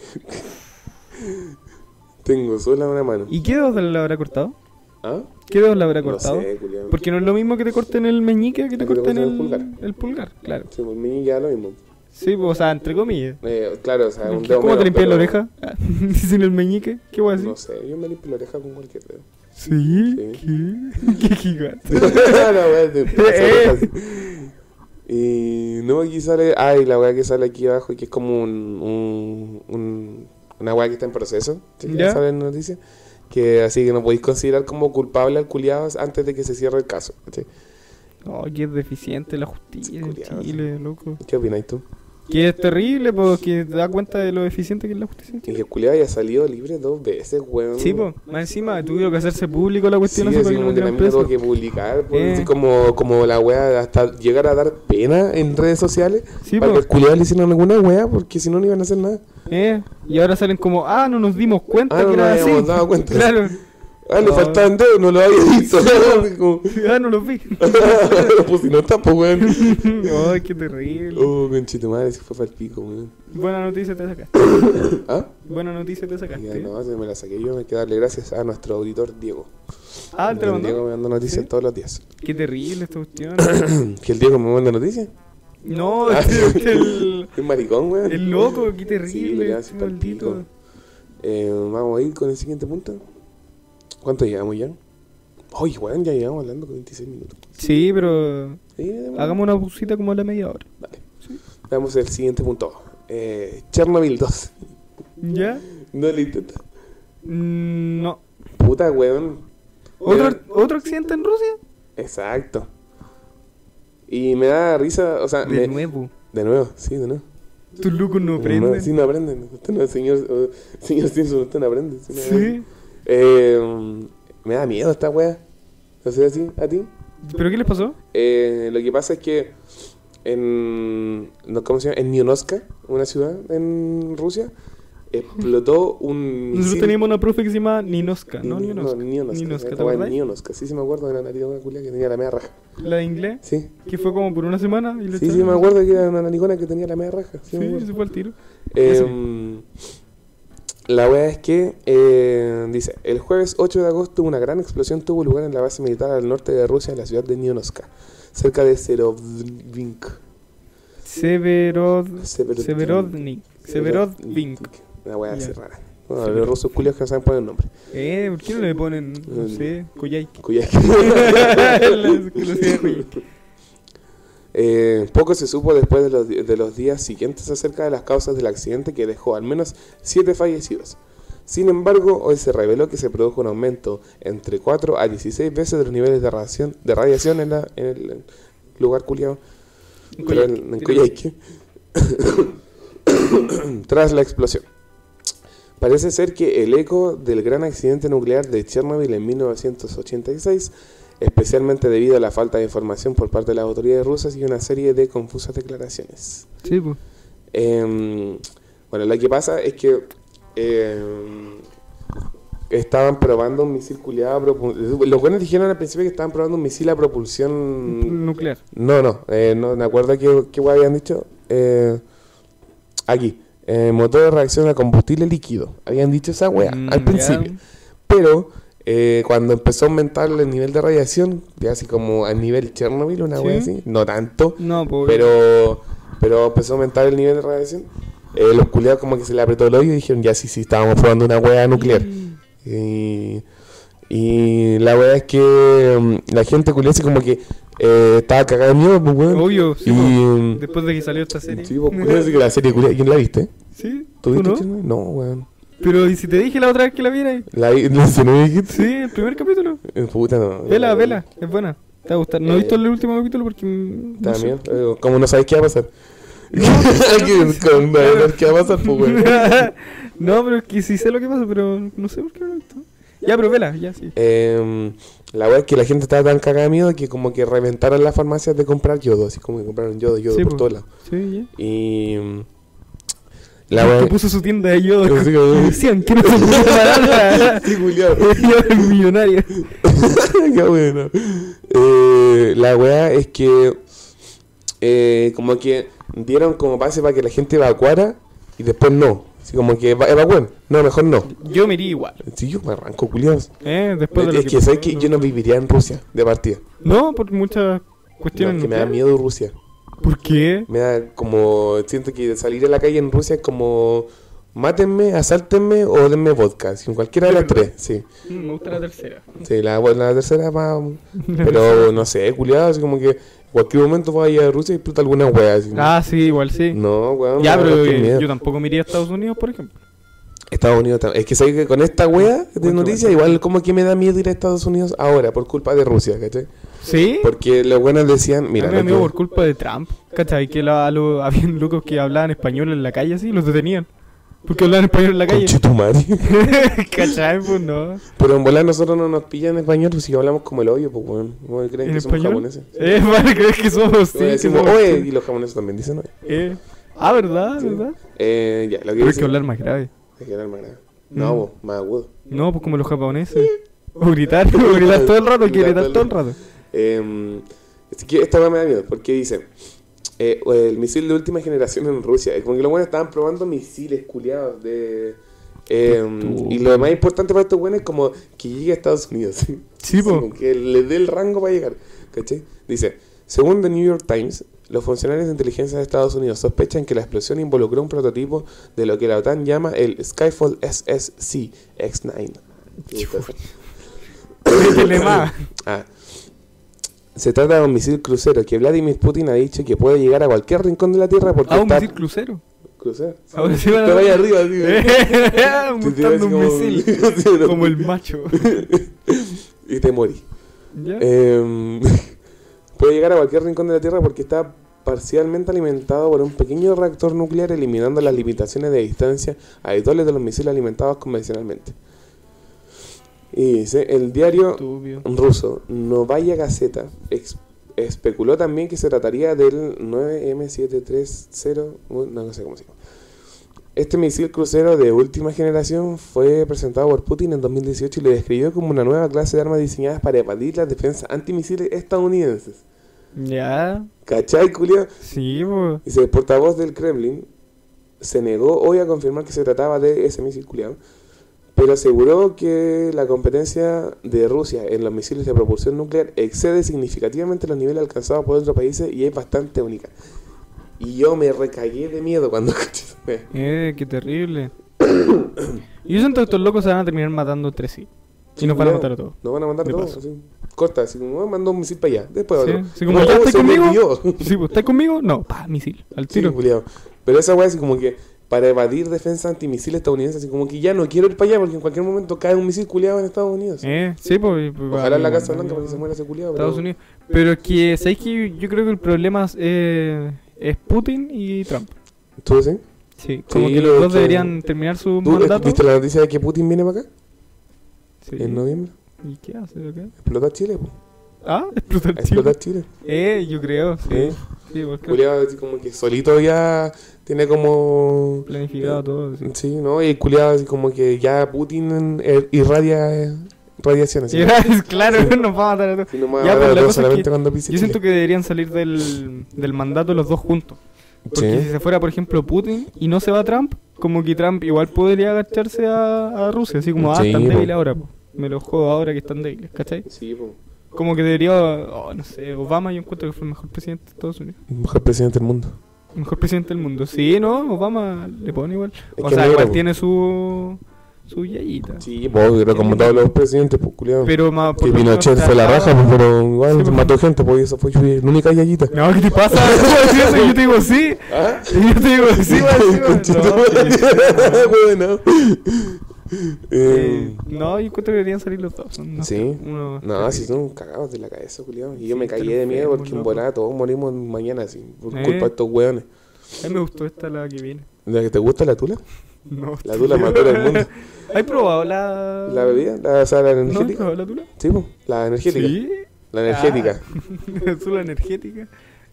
Tengo sola una mano.
¿Y qué dedos le habrá cortado?
¿Ah?
¿Qué dedos le habrá
No
cortado?
sé, culiao.
Porque no es lo mismo que te corten el meñique que te
A que te
corten
corten
el,
el pulgar.
el pulgar, claro.
Sí, pues mi ya lo mismo.
Sí, pues, o sea, entre comillas.
Eh, claro, o sea, un
¿Qué-
dedo
¿Cómo te
menos,
limpias la
pero-
oreja? Ah, ¿Sin el meñique? ¿Qué voy a decir?
No sé, yo me limpio la oreja con cualquier dedo.
¿Sí?
Sí.
¿Qué? ¿Qué gigante?
No, wey, te-
Eh.
Y no, aquí sale. Ay, la weá que sale aquí abajo, que es como un. un, un una weá que está en proceso. ¿Sí?
¿Ya?
¿Sale en la noticia? Que así que no podéis considerar como culpable al culiado antes de que se cierre el caso. ¿Sí?
Oh, que es deficiente la justicia en
Culiao,
Chile, loco.
¿Qué opináis tú?
Que es terrible, porque te da cuenta de lo eficiente que es la justicia en
Y
Chile.
que el culiado haya salido libre dos veces, weón.
Sí, pues, más encima tuvieron que hacerse público la cuestión
Sí,
así
así
para que
como
no
que la
metieran
mina tuvo
preso.
que publicar, pues,
Eh.
así como, como la wea hasta llegar a dar pena en redes sociales
Sí,
para que
pues.
el culiado le hicieran alguna wea, porque si no, no iban a hacer nada.
Eh, y ahora salen como, ah, no nos dimos cuenta
Ah,
que
no
era
nos
así.
habíamos dado cuenta.
Claro.
Ah, le
No.
faltaban dedos, no lo había visto. Como,
Ah, no los vi.
pues si no está, pues weón.
Ay, qué terrible.
Oh, conchito madre, se fue para el pico, weón.
Buena noticia te sacaste.
¿Ah?
Buena noticia te
Ya,
sacaste.
no, se me la saqué yo, hay que darle gracias a nuestro auditor Diego.
Ah, te lo
El Diego
mandó.
me manda noticias
¿Sí?
todos los días.
Qué terrible esta cuestión.
¿Que el Diego me manda noticias?
No,
Ah,
este, este, el,
Es maricón, weón.
el loco, qué
Sí,
terrible.
pero
este
así pa'l
maldito.
pico. Eh, vamos a ir con el siguiente punto. ¿Cuánto llevamos ya? Oye, weón, ya llevamos hablando con veintiséis minutos.
Sí, pero
Sí, démosle.
hagamos una pausita como a la media hora.
Vale. Vamos al siguiente punto. Eh, Chernobyl dos.
¿Ya?
No le intenta.
Mm, no.
Puta, weón.
¿Otro,
Eh,
¿Otro accidente en Rusia?
Exacto. Y me da risa, o sea,
De
me-
nuevo.
de nuevo, sí, de nuevo.
Tus locos no
No,
aprenden.
sí, no aprenden. Usted no, señor, eh, señor Simpson, usted no aprende. Sí, no aprende.
Sí.
Eh, me da miedo esta wea. ¿No sé así a ti?
¿Pero qué les pasó?
Eh, lo que pasa es que en, no, ¿cómo se llama? En Nionoska, una ciudad en Rusia, explotó un
Nosotros
misil.
teníamos una profe que se llama Ninoska, ¿no?
Ni-
Ninoska.
Nionoska.
Ninoska, ¿te
Esta wea es
acuerdas?
Nionoska. Sí, sí me acuerdo de la naricona culia que tenía la media raja.
La de inglés,
Sí,
que fue como por una semana y le
sí, sí
echaron-
me acuerdo que era una naricona que tenía la media raja. Sí, me
Sí,
acuerdo.
se fue al tiro.
Eh, la wea es que, eh, dice, el jueves ocho de agosto una gran explosión tuvo lugar en la base militar al norte de Rusia, en la ciudad de Nionoska, cerca de Severodvinsk.
Severod...
Severodvinsk.
Severodnik. Severodvinsk.
Una wea así
Ya.
rara. Bueno, los rusos culios que no saben poner el nombre.
Eh, ¿por qué no le ponen, no sé, Koyaiki?
Cuya-
La exclusiva de Koyaiki.
Eh, poco se supo después de los, di- de los días siguientes acerca de las causas del accidente que dejó al menos siete fallecidos. Sin embargo, hoy se reveló que se produjo un aumento entre cuatro a dieciséis veces de los niveles de radiación, de radiación en, la, en el lugar culiado,
En
pero
Coyhaique,
en, en
tira.
Coyhaique, tras la explosión. Parece ser que el eco del gran accidente nuclear de Chernobyl en mil novecientos ochenta y seis, especialmente debido a la falta de información por parte de las autoridades rusas y una serie de confusas declaraciones.
Sí, pues.
Eh, bueno, lo que pasa es que eh, estaban probando un misil culiado a propu- Los buenos dijeron al principio que estaban probando un misil a propulsión...
Nuclear.
No, no, eh, no me acuerdo qué, qué guay habían dicho. Eh, aquí, eh, motor de reacción a combustible líquido. Habían dicho esa wea
Mm,
al
ya.
principio. Pero eh, cuando empezó a aumentar el nivel de radiación, ya así como a nivel Chernobyl, una
Sí.
wea así, no tanto,
No, pues.
pero, pero empezó a aumentar el nivel de radiación. Eh, los culiados como que se le apretó el hoyo y dijeron, ya sí, sí, estábamos probando una wea nuclear. Y, y la wea es que mm, la gente culiada así como que eh, estaba cagada de miedo, pues weón.
Obvio, sí,
Y,
po.
mm,
Después de que salió esta serie.
sí, pues, culiao, así que la serie culiada, ¿quién la viste?
¿Sí?
¿Tú
¿Tú
viste
no?
Chernobyl? No, weón.
Pero ¿y si te dije la otra vez que la vieras?
La vi, no sé, ¿no me dijiste?
Sí, el primer capítulo.
Eh, Puta, no.
Vela,
no,
vela, es buena. Te va a gustar. No he
Eh,
visto el último capítulo porque. mm, no sé.
También, eh, como no sabes qué va a pasar.
No,
Que- con- no sabes qué va a pasar, pues, weón.
No, pero es que sí sé lo que pasa, pero no sé por qué no lo he visto. Ya, pero vela, ya sí.
Eh, la wea es que la gente estaba tan cagada de miedo que como que reventaron las farmacias de comprar yodo, así como que compraron yodo, yodo
Sí,
por
po.
todos lados.
Sí,
Y mm,
ya.
la
El
wea
que puso su tienda de yodo.
Sí, como-
Decían que no se puede parar.
Sí, culiao.
Yo era millonario.
Qué bueno. Eh, la wea es que eh, como que dieron como pase para que la gente evacuara y después no. Así como que eva- evacúen. No, mejor no.
Yo me iría igual.
Sí, yo me arranco, culiados.
Eh, después de lo
Es que, ¿sabes que yo no viviría en Rusia de partida?
No, por muchas
No,
cuestiones.
es que me da
nucleares.
miedo Rusia.
¿Por qué?
Me da como... Siento que salir a la calle en Rusia es como... mátenme, asáltenme o denme vodka. Así, cualquiera de las tres, sí.
Me gusta la tercera.
Sí, la, la tercera más... Pero no sé, culiado, así como que en cualquier momento vaya a Rusia y explota alguna wea. Así,
Ah, sí, igual sí.
no, weón.
Ya,
no,
pero
qué
eh,
miedo.
yo tampoco me iría a Estados Unidos, por ejemplo.
Estados Unidos también. Es que sabes que con esta wea de
Mucho
noticias,
bueno.
igual como que me da miedo ir a Estados Unidos ahora, por culpa de Rusia, ¿cachai?
¿Sí?
Porque los buenos decían, mira,
a mí me
lo
amigo
que-
por culpa de Trump. ¿Cachai? Que la, lo, habían locos que hablaban español en la calle así, los detenían. Porque hablaban español en la calle.
Conchetumare.
¿Cachai? Pues no.
Pero en volar nosotros no nos pillan en español, pues si hablamos como el hoyo, pues weón. ¿Cómo creen
¿En
que somos
español?
japoneses?
Eh, vale, ¿crees que somos? Sí,
Bueno,
que
decimos,
somos-
oye, y los japoneses también dicen oye.
Eh. Ah, ¿verdad?
Sí.
¿Verdad?
Eh, ya, lo que
Pero hay
dice-
que hablar más grave.
Hay que hablar más grave. No,
Mm.
vos, más agudo.
No, pues como los japoneses. O gritar, o gritar todo el rato, hay que
Gritar
gritar todo el rato.
Eh, es que esta weá me da miedo, porque dice, eh, el misil de última generación en Rusia. Es como que los buenos estaban probando misiles culiados de... eh, y lo más importante para estos buenos es como que llegue a Estados Unidos.
Sí,
Sí,
po.
como que les dé el rango para llegar. ¿Cachai? Dice, según The New York Times, los funcionarios de inteligencia de Estados Unidos sospechan que la explosión involucró un prototipo de lo que la OTAN llama el Skyfall S S C X nueve.
Métele más.
Ah. Se trata de un misil crucero que Vladimir Putin ha dicho que puede llegar a cualquier rincón de la Tierra porque
Ah, un
está...
misil crucero.
¿Crucero?
Ahora sí van a-
Te vaya arriba, tío.
Montando un misil.
Sí, no.
Como el macho.
Y te morí.
¿Ya?
Eh, puede llegar a cualquier rincón de la Tierra porque está parcialmente alimentado por un pequeño reactor nuclear, eliminando las limitaciones de distancia habituales de los misiles alimentados convencionalmente. Y dice, el diario
Estúpido.
ruso Novaya Gazeta ex- especuló también que se trataría del nueve M setecientos treinta, uh, no, no sé cómo se llama. Este misil crucero de última generación fue presentado por Putin en dos mil dieciocho y lo describió como una nueva clase de armas diseñadas para evadir las defensas antimisiles estadounidenses.
Ya.
¿Cachai, culiao?
Sí, pues.
Dice, el portavoz del Kremlin se negó hoy a confirmar que se trataba de ese misil culiao, pero aseguró que la competencia de Rusia en los misiles de propulsión nuclear excede significativamente los niveles alcanzados por otros países y es bastante única. Y yo me recagué de miedo cuando escuché eso.
Eh, qué terrible. Y yo siento que estos locos se van a terminar matando entre sí. Y nos van a matar a todos.
Nos van a mandar
De
todos,
paso.
así. Corta, así como, "Ah, mandó un misil para allá, después
Sí,
otro".
así como,
No,
¿ya
¿cómo
estáis
se me
conmigo?
dio?
Sí, pues, ¿estáis conmigo? No, pa, misil, al
Sí,
tiro.
culiao. Pero esa weá así como que para evadir defensa antimisiles estadounidenses, así como que ya no quiero ir para allá porque en cualquier momento cae un misil culiado en Estados Unidos.
Eh, sí, pues. pues,
Ojalá en la
amigo,
Casa Blanca para que se muera ese culiado.
Estados Unidos. Pero es que, ¿sabéis que yo creo que el problema es, eh, es Putin y Trump?
¿Tú sí?
Sí, como
Sí,
que los
lo
dos
que-
deberían terminar su
¿Tú
mandato.
viste la noticia de que Putin viene para acá?
Sí.
En noviembre.
¿Y qué hace? ¿O qué?
Explota Chile, po.
Ah, explotar Chile.
Explotar Chile.
Eh, yo creo, sí.
Sí.
Sí, porque
Culiado así como que solito ya tiene como...
planificado todo. Sí.
Sí, ¿no? Y el culiado así como que ya Putin eh, irradia eh, radiación así.
Y, claro, nos va a matar a todos.
Si no me
Ya,
va a
pero
dar
la
todo
cosa es
solamente
que
cuando pise
Yo siento
Chile.
que deberían salir del, del mandato los dos juntos. Porque
Sí.
si se fuera, por ejemplo, Putin y no se va Trump, como que Trump igual podría agacharse a, a Rusia. Así como, ah,
Sí,
están
po.
débiles ahora, po. Me los juego ahora que están débiles, ¿cachai?
Sí, po.
Como que debería, oh, no sé, Obama yo encuentro que fue el mejor presidente de Estados Unidos.
El mejor presidente del mundo.
El mejor presidente del mundo. Sí, ¿no? Obama le pone igual.
Es
O
que
sea,
negro,
igual
po.
tiene su... su yayita.
Sí, pues, pero como todos los presidentes, pues, culiado.
Pero más...
Que
por lo menos
Pinochet fue la
trataba-
raja, pues, pero igual
Sí, pues.
mató gente, pues, y eso fue la única yayita.
No, ¿qué te pasa? Y yo te digo sí.
¿Ah?
Y yo te digo sí, va encima. No,
Bueno.
eh,
Eh,
no, yo encuentro que deberían salir los dos. Son unos-
Sí.
unos
no,
terribles.
si son cagados de la cabeza, culiado. Y yo
Sí,
me
están
cagué de miedo
enfermos,
porque en
loco.
volada todos morimos mañana, así, por
Eh.
culpa de estos hueones.
A mí me gustó esta la que viene.
¿La que te gusta la tula?
No.
La tula más dura del mundo.
¿Has probado la...
¿La bebida? ¿La, o sea, la
¿No has
energética?
probado la tula?
Sí, pues, la energética.
Sí.
La energética.
Ah, ¿Solo energética?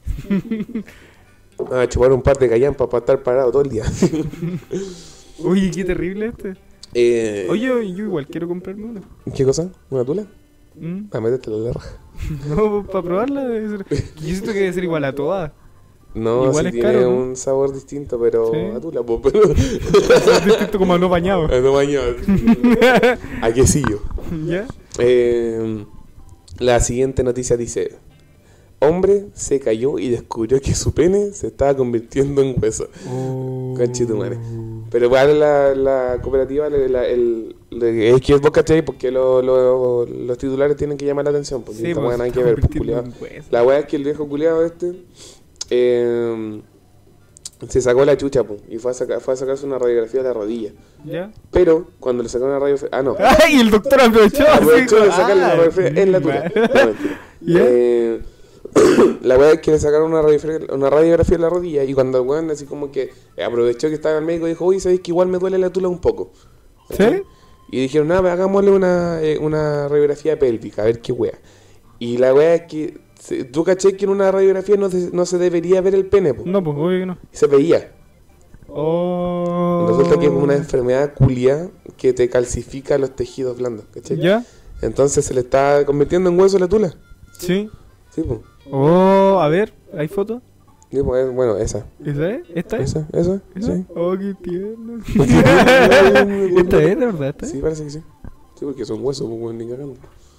Ah, chupar un par de callampas para estar parado todo el día.
Uy, qué terrible este.
eh,
Oye, yo igual quiero comprarme una.
¿Qué cosa? ¿Una tula?
¿Mm?
A métetela en la raja.
No, para probarla debe ser... Yo siento que debe ser igual a todas.
No,
Igual
sí
es
tiene
caro, ¿no?
un sabor distinto, pero
Sí.
a tula, pues, pero...
Es distinto como a no bañado.
a no bañado. A quesillo.
¿Ya?
Eh, la siguiente noticia dice: hombre se cayó y descubrió que su pene se estaba convirtiendo en hueso.
Oh.
Conchetumare. Pero igual la, la cooperativa, la, la, el, el, es que vos cachai, porque lo, lo, los titulares tienen que llamar la atención, porque
Sí,
esta
pues,
weá no hay que ver, pues, culiao. La weá es que el viejo culiado este eh, se sacó la chucha, pues, y fue a, saca, fue a sacarse una radiografía de la rodilla.
¿Ya?
Pero cuando le sacaron una radiografía... Ah, no.
¡Ay! El doctor aprovechó.
Aprovechó de
así,
sacarle
ah,
la radiografía en la tula.
mal.
No, mentira.
¿Ya?
Eh, la weá es que le sacaron una radiografía, una radiografía de la rodilla y cuando el weón así como que aprovechó que estaba el médico dijo, uy, ¿sabéis que igual me duele la tula un poco?
¿Sí?
Y dijeron, nada, hagámosle una, eh, una radiografía pélvica, a ver qué weá. Y la weá es que, se, tú caché que en una radiografía no, se, no se debería ver el pene, po.
No, pues obvio que no.
Y se veía.
Oh.
Resulta que es una enfermedad culia que te calcifica los tejidos blandos, ¿cachai?
¿Ya?
Entonces se le está convirtiendo en hueso la tula.
Sí.
Sí, pues.
Oh, a ver, ¿hay foto?
Sí, pues, es- bueno, esa.
¿Esa es? ¿Esta es?
Esa, esa,
¿Esa?
sí.
Oh, qué tierno. ¿Esta es, de verdad? ¿Esta es?
Sí, parece que sí. Sí, porque son huesos, pues, weón, ni cagando.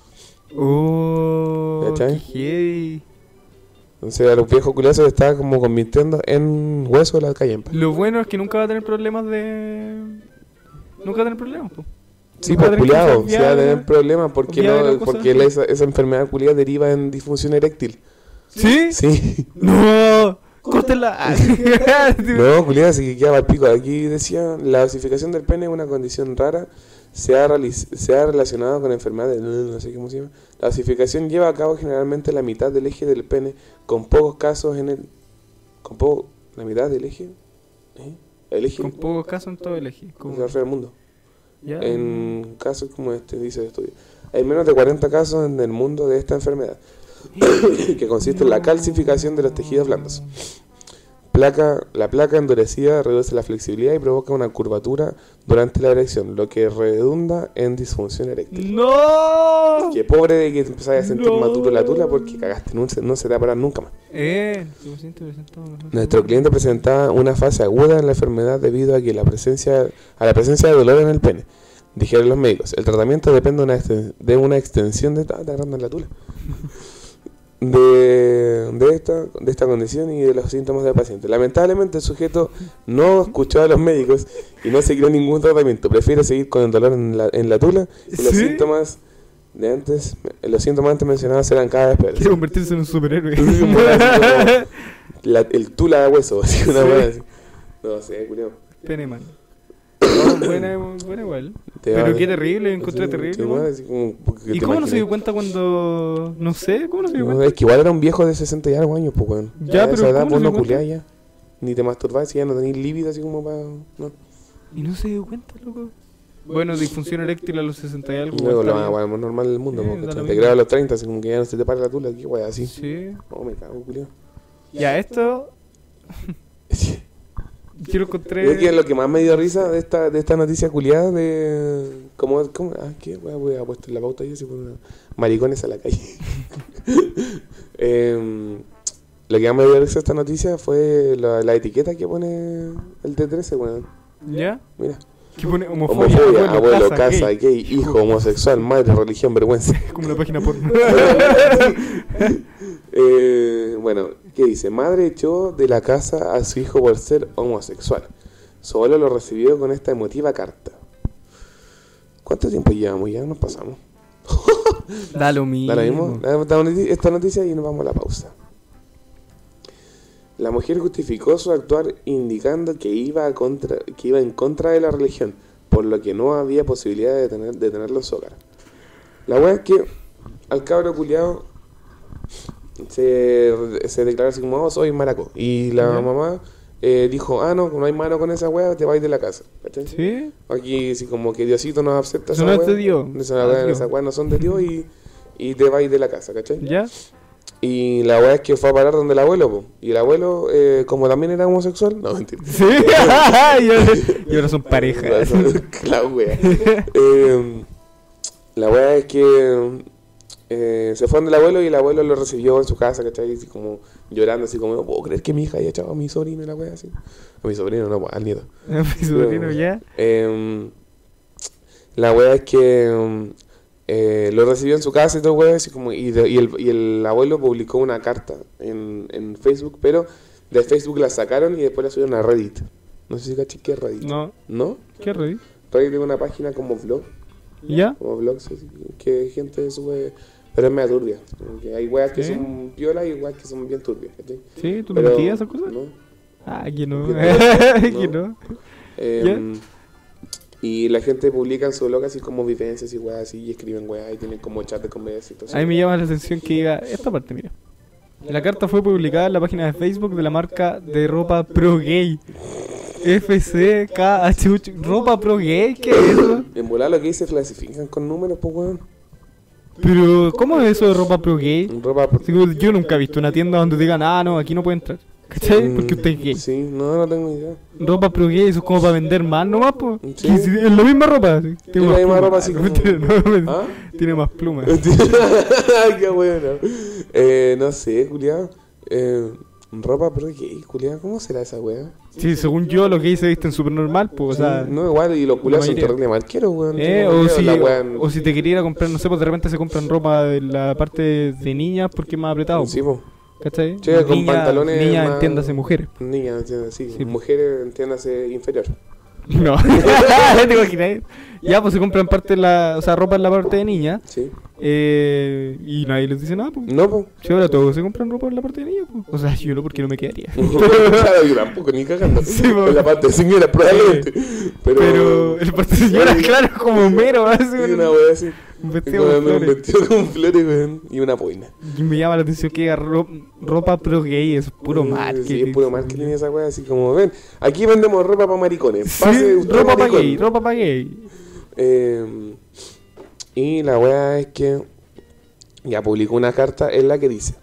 Oh,
¿Cachai?
qué heavy.
Entonces a los viejos culiados se les está como convirtiendo en hueso de la callempa.
Lo bueno es que nunca va a tener problemas de... Nunca va a tener problemas, po.
Sí,
Nunca va
pues
a tener que
culiado,
usar
sí va a tener
Viagra.
problemas porque,
Viagra,
no,
cosas
porque
así.
la- esa, esa enfermedad culiada deriva en disfunción eréctil.
¿Sí?
Sí.
¡No! ¡Córtela! Ah.
No, culiada, así que queda al pico. Aquí decía, la osificación del pene es una condición rara, se ha, realiz- se ha relacionado con enfermedades, no, no sé cómo se llama. La osificación lleva a cabo generalmente la mitad del eje del pene, con pocos casos en el... ¿Con poco? ¿La mitad del eje? ¿Eh? ¿El eje?
Con pocos casos en todo el eje.
Se
Como...
refiere al mundo.
¿Ya?
En casos como este, dice el estudio. Hay menos de cuarenta casos en el mundo de esta enfermedad, que consiste en la calcificación de los tejidos blandos. Placa, la placa endurecida reduce la flexibilidad y provoca una curvatura durante la erección, lo que redunda en disfunción eréctil.
¡No!
Que pobre de que empezás a sentir
No.
más duro la tula porque cagaste, no se, no se te va a parar nunca más.
Eh, lo siento, lo siento.
Nuestro cliente presentaba una fase aguda en la enfermedad debido a que la presencia a la presencia de dolor en el pene. Dijeron los médicos, el tratamiento depende de una, exten- de una extensión de... Ah, te agarrando en la tula. De, de, esta, de esta condición y de los síntomas del paciente. Lamentablemente el sujeto no escuchó a los médicos y no siguió ningún tratamiento. Prefiere seguir con el dolor en la, en la tula y los
¿Sí?
síntomas de antes, los síntomas antes mencionados eran cada vez peores.
Quiere convertirse en un superhéroe.
La- el tula de hueso, así una
Sí.
buena así. No sé, culiao.
Pene man. No, buena, buena igual.
Te
Pero
va-
qué terrible, encontré
así,
terrible,
te
weón.
va así como porque
¿Y
te
cómo no se dio
imaginas.
cuenta cuando... No sé, ¿cómo no se dio
No,
cuenta?
es que igual era un viejo de sesenta y algo años, pues, weón.
Ya,
a
pero
esa edad,
¿cómo
pues,
no
no
se dio
culiás ya. Ni te masturbás, si ya no tenés líbido así como para... No.
Y no se dio cuenta, loco. Bueno, disfunción eréctil a los sesenta y algo.
Luego
está
lo
bien.
más, más normal del mundo,
Sí,
pues,
da lo
¿cachai? Te
mismo.
creas a los treinta, así como que ya no se te para la tula, qué wea, así.
Sí.
No, me cago, culiao.
Ya, esto... Yo lo encontré...
Es que lo que más me dio risa de esta, de esta noticia culiada de... ¿Cómo? cómo ah, ¿qué? Voy a, voy a puesto en la pauta y así por una... Maricones a la calle. Em, lo que más me dio risa de esta noticia fue la, la etiqueta que pone el T trece, weón.
¿Ya?
Mira.
Que pone homofobia,
Homofobia, abuelo, casa,
gay.
gay, hijo, homosexual, madre, religión, vergüenza.
Como una página porno.
Eh, bueno, ¿qué dice? Madre echó de la casa a su hijo por ser homosexual. Su abuelo lo recibió con esta emotiva carta. ¿Cuánto tiempo llevamos? Ya nos pasamos.
Da lo mismo.
¿Da lo mismo? Esta noti- esta noticia y nos vamos a la pausa. La mujer justificó su actuar indicando que iba, a contra, que iba en contra de la religión, por lo que no había posibilidad de, tener, de tenerlo en su hogar. La wea es que al cabro culiao se, se declaró así como, oh, soy maraco. Y la
Ya.
mamá eh, dijo, ah, no, no hay mano con esa wea, te vas de la casa. ¿Cachai?
¿Sí?
Aquí así como que Diosito nos acepta
Eso
esa
no es
wea.
de Dios.
Esa
Ah,
wea-
Dios.
esas weas no son de Dios y, y te vas de la casa, ¿cachai?
¿Ya?
Y la weá es que fue a parar donde el abuelo, po. Y el abuelo, eh, como también era homosexual, no, mentira.
¿Sí? y, ahora, y ahora son parejas.
La wea. Eh, la wea es que eh, se fue donde el abuelo y el abuelo lo recibió en su casa, ¿cachai? Así como llorando, así como, no puedo creer que mi hija haya echado a mi sobrino y la wea así. A mi sobrino, no, pues, al nieto.
Mi sobrino ya.
Eh, la wea es que eh, lo recibió en su casa y todo, wea, así como, y, de- y, el, y el abuelo publicó una carta en, en Facebook, pero de Facebook la sacaron y después la subieron a Reddit. No sé si cachas qué es Reddit.
No.
¿No?
¿Qué es Reddit?
Reddit es una página como blog.
¿Ya?
Como blogs así, que gente sube. Pero es media turbia. Como que hay weas que
¿Sí?
son piolas y weas que son bien turbias. ¿cachai?
¿Sí? ¿Tú te
Pero-
metías esas cosas?
No.
Ah, que no.
Que
Que
no.
no.
Em, y la gente publica en su blog así como vivencias y weas así y escriben weas y tienen como chat de conversa y todo eso.
A mí me llama la atención que diga esta parte, mira. La carta fue publicada en la página de Facebook de la marca de ropa Pro Gay. F C K H U. ¿Ropa Pro Gay? ¿Qué es eso?
En volar lo que dice clasifican con números, pues weón.
Pero, ¿cómo es eso de ropa Pro Gay?
Ropa por...
Así como, yo nunca he visto una tienda donde digan, ah, no, aquí no puede entrar. ¿Cachai?
Mm,
Porque usted es gay.
Sí, no, no tengo idea.
Ropa Pro Gay, eso es como para vender más nomás, pues.
Sí.
Es la misma ropa. sí. Tiene
la
más
misma
plumas.
ropa, así
No,
como-
mentira, no,
¿Ah?
Tiene más plumas.
Qué bueno. Eh, no sé, Julián. Eh, ropa pero gay, Julián. ¿Cómo será esa wea?
Sí, según yo, los gays se visten súper normal, pues, o sea...
no, igual, y los culiados son
mayoría.
terrible malqueros, weón.
Eh,
Yo no
o,
creo
si,
la wea-
o si te quería ir a comprar, no sé, pues de repente se compran ropa de la parte de niñas porque es más apretado.
Sí,
pues,
po.
¿cachai?
Sí, con
Niña-
pantalones
Niñas,
más-
entiéndase, mujeres.
Niñas, entiéndase, sí.
Sí.
Mujeres, entiéndase, inferior.
No, te imaginas. Ya, pues se compran parte de la, o sea, ropa en la parte de niña.
Sí.
Eh, y nadie les dice nada, pues.
No, po.
Si ahora todos se compran ropa en la parte de niña, pues. O sea, yo no, porque no me quedaría.
Claro, yo tampoco, ni cagando.
Sí, po.
En la parte de señora, probablemente. Pero.
Pero el parte de señora, claro, como mero, así,
Sí, una wea así.
un
Y
vestido
con
con
un
flores.
vestido con flores, weón. Y una boina.
Y me llama la atención que diga ro- ropa pro gay, es puro
Mm,
marketing.
Sí, es puro marketing esa wea, así como, ven, aquí vendemos ropa para maricones.
Sí,
Pase usted
ropa para
maricón.
gay, ropa para gay.
Eh, y la wea es que ya publicó una carta en la que dice,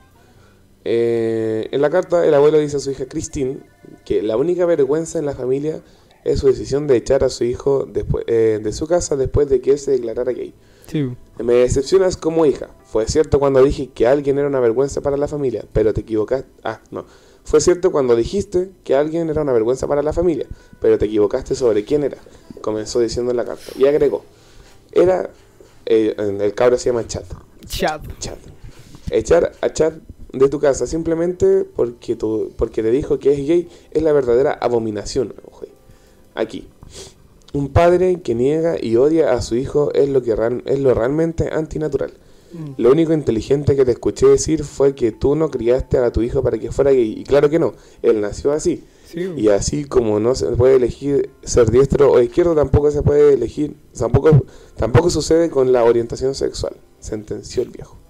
eh, en la carta el abuelo dice a su hija Christine que la única vergüenza en la familia es su decisión de echar a su hijo después, eh, de su casa después de que él se declarara gay.
Sí.
Me decepcionas como hija. Fue cierto cuando dije que alguien era una vergüenza para la familia, pero te equivocaste. Ah, no. Fue cierto cuando dijiste que alguien era una vergüenza para la familia, pero te equivocaste sobre quién era. Comenzó diciendo en la carta. Y agregó. Era... eh, el cabro se llama Chad.
Chat.
Chad. Echar a Chad de tu casa simplemente porque, tu, porque te dijo que es gay es la verdadera abominación. Ojo. Aquí. Un padre que niega y odia a su hijo es lo que real- es lo realmente antinatural.
Mm.
Lo único inteligente que te escuché decir fue que tú no criaste a tu hijo para que fuera gay. Y claro que no, él nació así.
Sí.
Y así como no se puede elegir ser diestro o izquierdo, tampoco se puede elegir, tampoco, tampoco sucede con la orientación sexual, sentenció el viejo.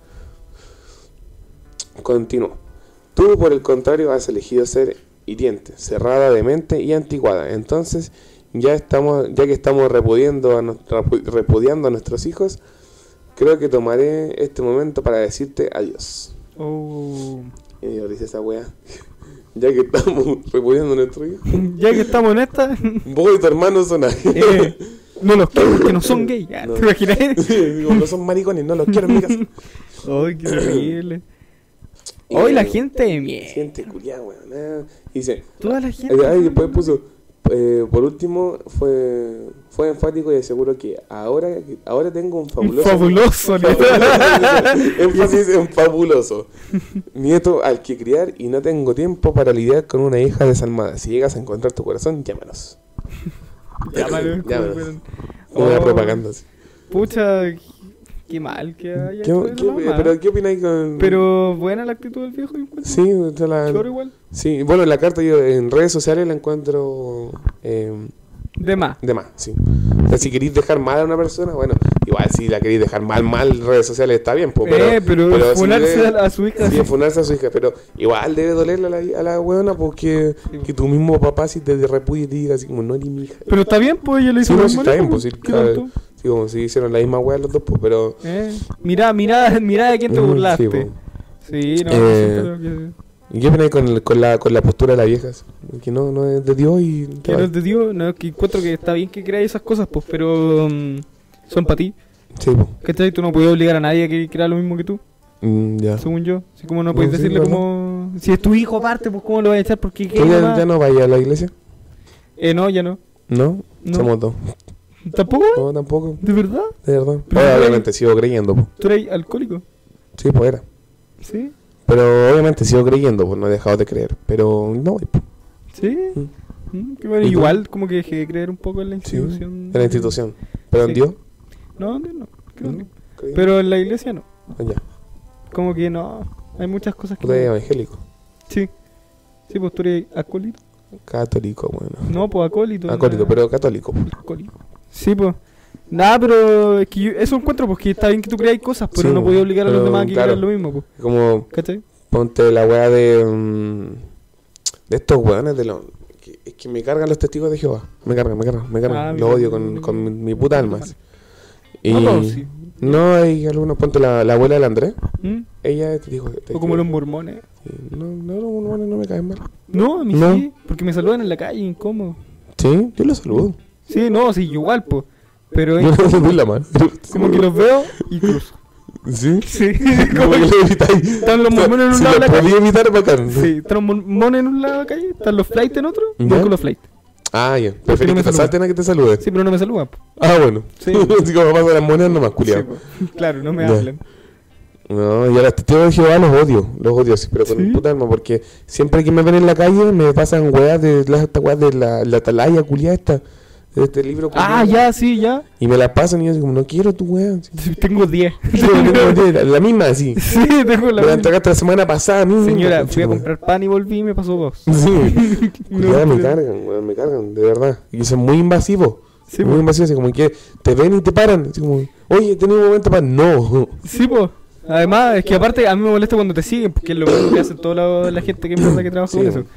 Continuó. Tú, por el contrario, has elegido ser hiriente, cerrada de mente y anticuada. Entonces, ya estamos, ya que estamos repudiando a, nos- repu- repudiando a nuestros hijos, creo que tomaré este momento para decirte adiós.
Oh.
Y me dice esa wea. Ya que estamos repudiando a nuestros hijos.
Ya que estamos en esta,
Vos y tu hermano son ahí.
eh, no los quiero porque no son gay.
No.
¿Te imaginas?
Digo, no son maricones, no los quiero en mi casa.
Ay, qué horrible.
Y,
Hoy la
eh,
gente de mierda.
Gente culiada, weón. eh. Y dice,
Toda la gente.
eh, ay, después puso, eh, por último, fue fue enfático y aseguró que ahora, ahora tengo un fabuloso.
Fabuloso,
Énfasis en fabuloso. Nieto al que criar y no tengo tiempo para lidiar con una hija desalmada. Si llegas a encontrar tu corazón, llámanos.
Llámalo,
Llámanos.
como-
Como una
Oh,
propaganda así.
Pucha, qué mal que haya
¿Qué,
hecho eso
qué-
la mamá.
pero ¿qué opináis con...?
Pero buena la actitud del viejo, yo encuentro.
Sí, o sea, la-
Choro igual.
sí, bueno, la carta yo en redes sociales la encuentro eh,
De más.
de más, sí. O sea, si queréis dejar mal a una persona, bueno, igual si la queréis dejar mal, mal en redes sociales está bien, po, pero...
eh, pero,
si
funarse
debe-
a, a su hija.
Sí, funarse a su hija, pero igual debe dolerle a la, a la weona porque
Sí.
que tu mismo papá si te repudia y te diga así como, no eres mi hija.
Pero está bien, pues ella le hizo
Sí, no,
lo
sí,
mismo,
está bien,
¿no?
pues, sí,
¿Qué
claro.
tanto?
Sí, como si hicieron la misma wea los dos, pues, pero...
Eh, mira, mira, mira de quién te
Mm,
burlaste.
sí, po.
Sí, no,
Eh,
siento que,
¿Y qué opináis con, el- con, la, con la postura de la vieja? así? Que no, no es de Dios y...
que no es de Dios, no, que encuentro que está bien que creáis esas cosas, pues, pero mm, son para ti.
Sí, pues.
¿Cachai? Tú no puedes obligar a nadie a que crea lo mismo que tú,
Mm, ya.
según yo. Así como no
No,
puedes
sí,
decirle
¿verdad?
como... Si es tu hijo aparte, pues ¿cómo lo vas a echar? Porque
¿Tú ya, ya no vayas a la iglesia?
Eh, no, ya no.
¿No?
No.
Somos dos.
¿Tampoco?
No, tampoco.
¿De verdad?
De verdad.
Pero
Ahora,
tú
obviamente sigo creyendo, pues.
¿Tú eres alcohólico?
Sí, pues era.
¿Sí?
Pero obviamente sigo creyendo, pues no he dejado de creer. Pero no voy, pues.
¿Sí?
Mm.
Mm, qué bueno,
¿Y tú?
igual como que dejé de creer un poco en la
Sí,
institución.
en la institución. ¿Pero en
Sí.
Dios?
No, en Dios no, creo que
¿No?
no.
¿Creí?
Pero en la iglesia no.
Ah, ya.
Como que no, hay muchas cosas que...
Tú eres
no-
evangélico.
Sí. Sí, pues tú eres acólito.
Católico, bueno.
No, pues acólito.
Acólito,
la-
pero católico.
Acólito. Sí, pues. Nada, pero es que yo, eso encuentro, pues que está bien que tú creáis cosas, pero
Sí,
no podía obligar a los
pero,
demás a que
claro.
crean lo mismo, pues.
Como
¿Cachai?
ponte la weá de. mm, de estos weones de los. Que, es que me cargan los testigos de Jehová. Me cargan, me cargan, me cargan.
Ah,
Lo
mira,
odio
no,
con,
no,
con
no,
mi, mi puta alma.
no,
así. Y.
No todos, sí.
No, hay algunos. Ponte la, la abuela del Andrés.
¿Mm?
Ella te dijo. te
O como
dijo-
los mormones.
sí, No, no, los mormones no me caen mal.
No, a mí
No.
sí, porque me saludan en la calle, incómodo.
Sí, yo los saludo.
Sí, no, sí, yo igual, pues. Pero
Yo
es
les doy la mano.
como que los veo y cruzo.
Sí.
Sí,
Como que lo evitáis.
están los mormones en un
Si
lado de
lo
la calle.
podía evitar, bacán.
Sí, están los mormones en un lado de la calle, están los flights en otro, y
¿Ya?
yo con los flights.
Ah, ya.
no
Preferí
me
que te
saludan.
salten a que te saluden.
Sí, pero no me saludan, po.
Ah, bueno.
Sí.
Así como pasa las monedas nomás, culiado.
Sí, po. Claro, no me
Ya.
hablan.
No, y a los testigos de Jehová los odio. Los odio, sí, pero con
¿Sí?
mi puta alma. Porque siempre que me ven en la calle me pasan weas de las estas weas de la, la atalaya culiada esta. De este libro
Ah,
culiao.
ya, sí, ya.
Y me la pasan y yo así como, no quiero tu wea. Sí.
Sí, tengo diez.
la, la misma así.
Sí, tengo
Me
la
la
misma.
entregaste la semana pasada a mí.
Señora,
mismo,
fui a
chico.
comprar pan y volví y me pasó dos.
Sí. Culiada,
No,
me
pero-
cargan, weón, me cargan, de verdad. Y son muy invasivos.
Sí,
muy
po.
invasivos, así como que te ven y te paran. Así como, oye, tenés un momento para. No.
Sí, pues. Además, es que aparte a mí me molesta cuando te siguen, porque es lo mismo que hacen toda la, la gente que en verdad que trabaja
Sí.
con eso.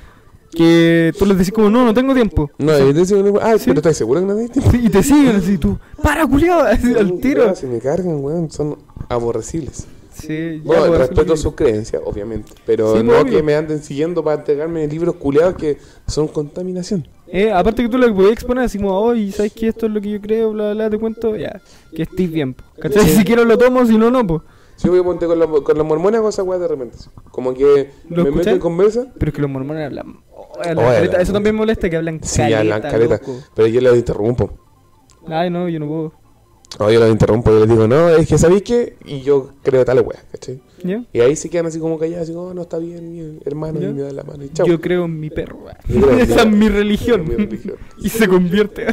Que tú les decís como, no, no tengo tiempo.
No, y te dicen, ah,
Sí.
pero ¿estás seguro que no te
Sí, y te siguen así, tú, para, culiado, así, al tiro.
Se me cargan, weón, son aborrecibles.
Sí, ya,
Bueno,
pues,
respeto
así-
sus creencias, obviamente. Pero
Sí,
no
pues, obvio.
que me anden siguiendo para entregarme libros culiados que son contaminación.
Eh, aparte que tú lo podías exponer así como, oye, ¿sabes que esto es lo que yo creo? Bla, bla, bla, te cuento, ya, que estés bien, po. ¿Cachai?
Sí.
Si quiero lo tomo, si no, no, pues.
Si yo voy a ponte con, los- con los mormones hago esa weá de repente. así. Como que
¿Lo
me meto
escuchai?
en conversa.
Pero es que los mormones hablan. oh, hablan
Oh,
caleta.
hablan.
Eso también molesta, que hablan
Sí,
caleta,
hablan caleta.
loco.
Pero yo les interrumpo.
Ay, no, yo no puedo.
O yo los interrumpo y les digo, no, es que ¿sabéis qué? Y yo creo tal weá, ¿cachai?
¿Ya?
Y ahí se quedan así como callados, así como, oh, no, está bien, bien, hermano,
¿Ya?
y me da la mano y chao.
Yo creo en mi perro. weón.
Yo creo en
Esa
mi-
es mi religión.
mi religión.
Y se convierte.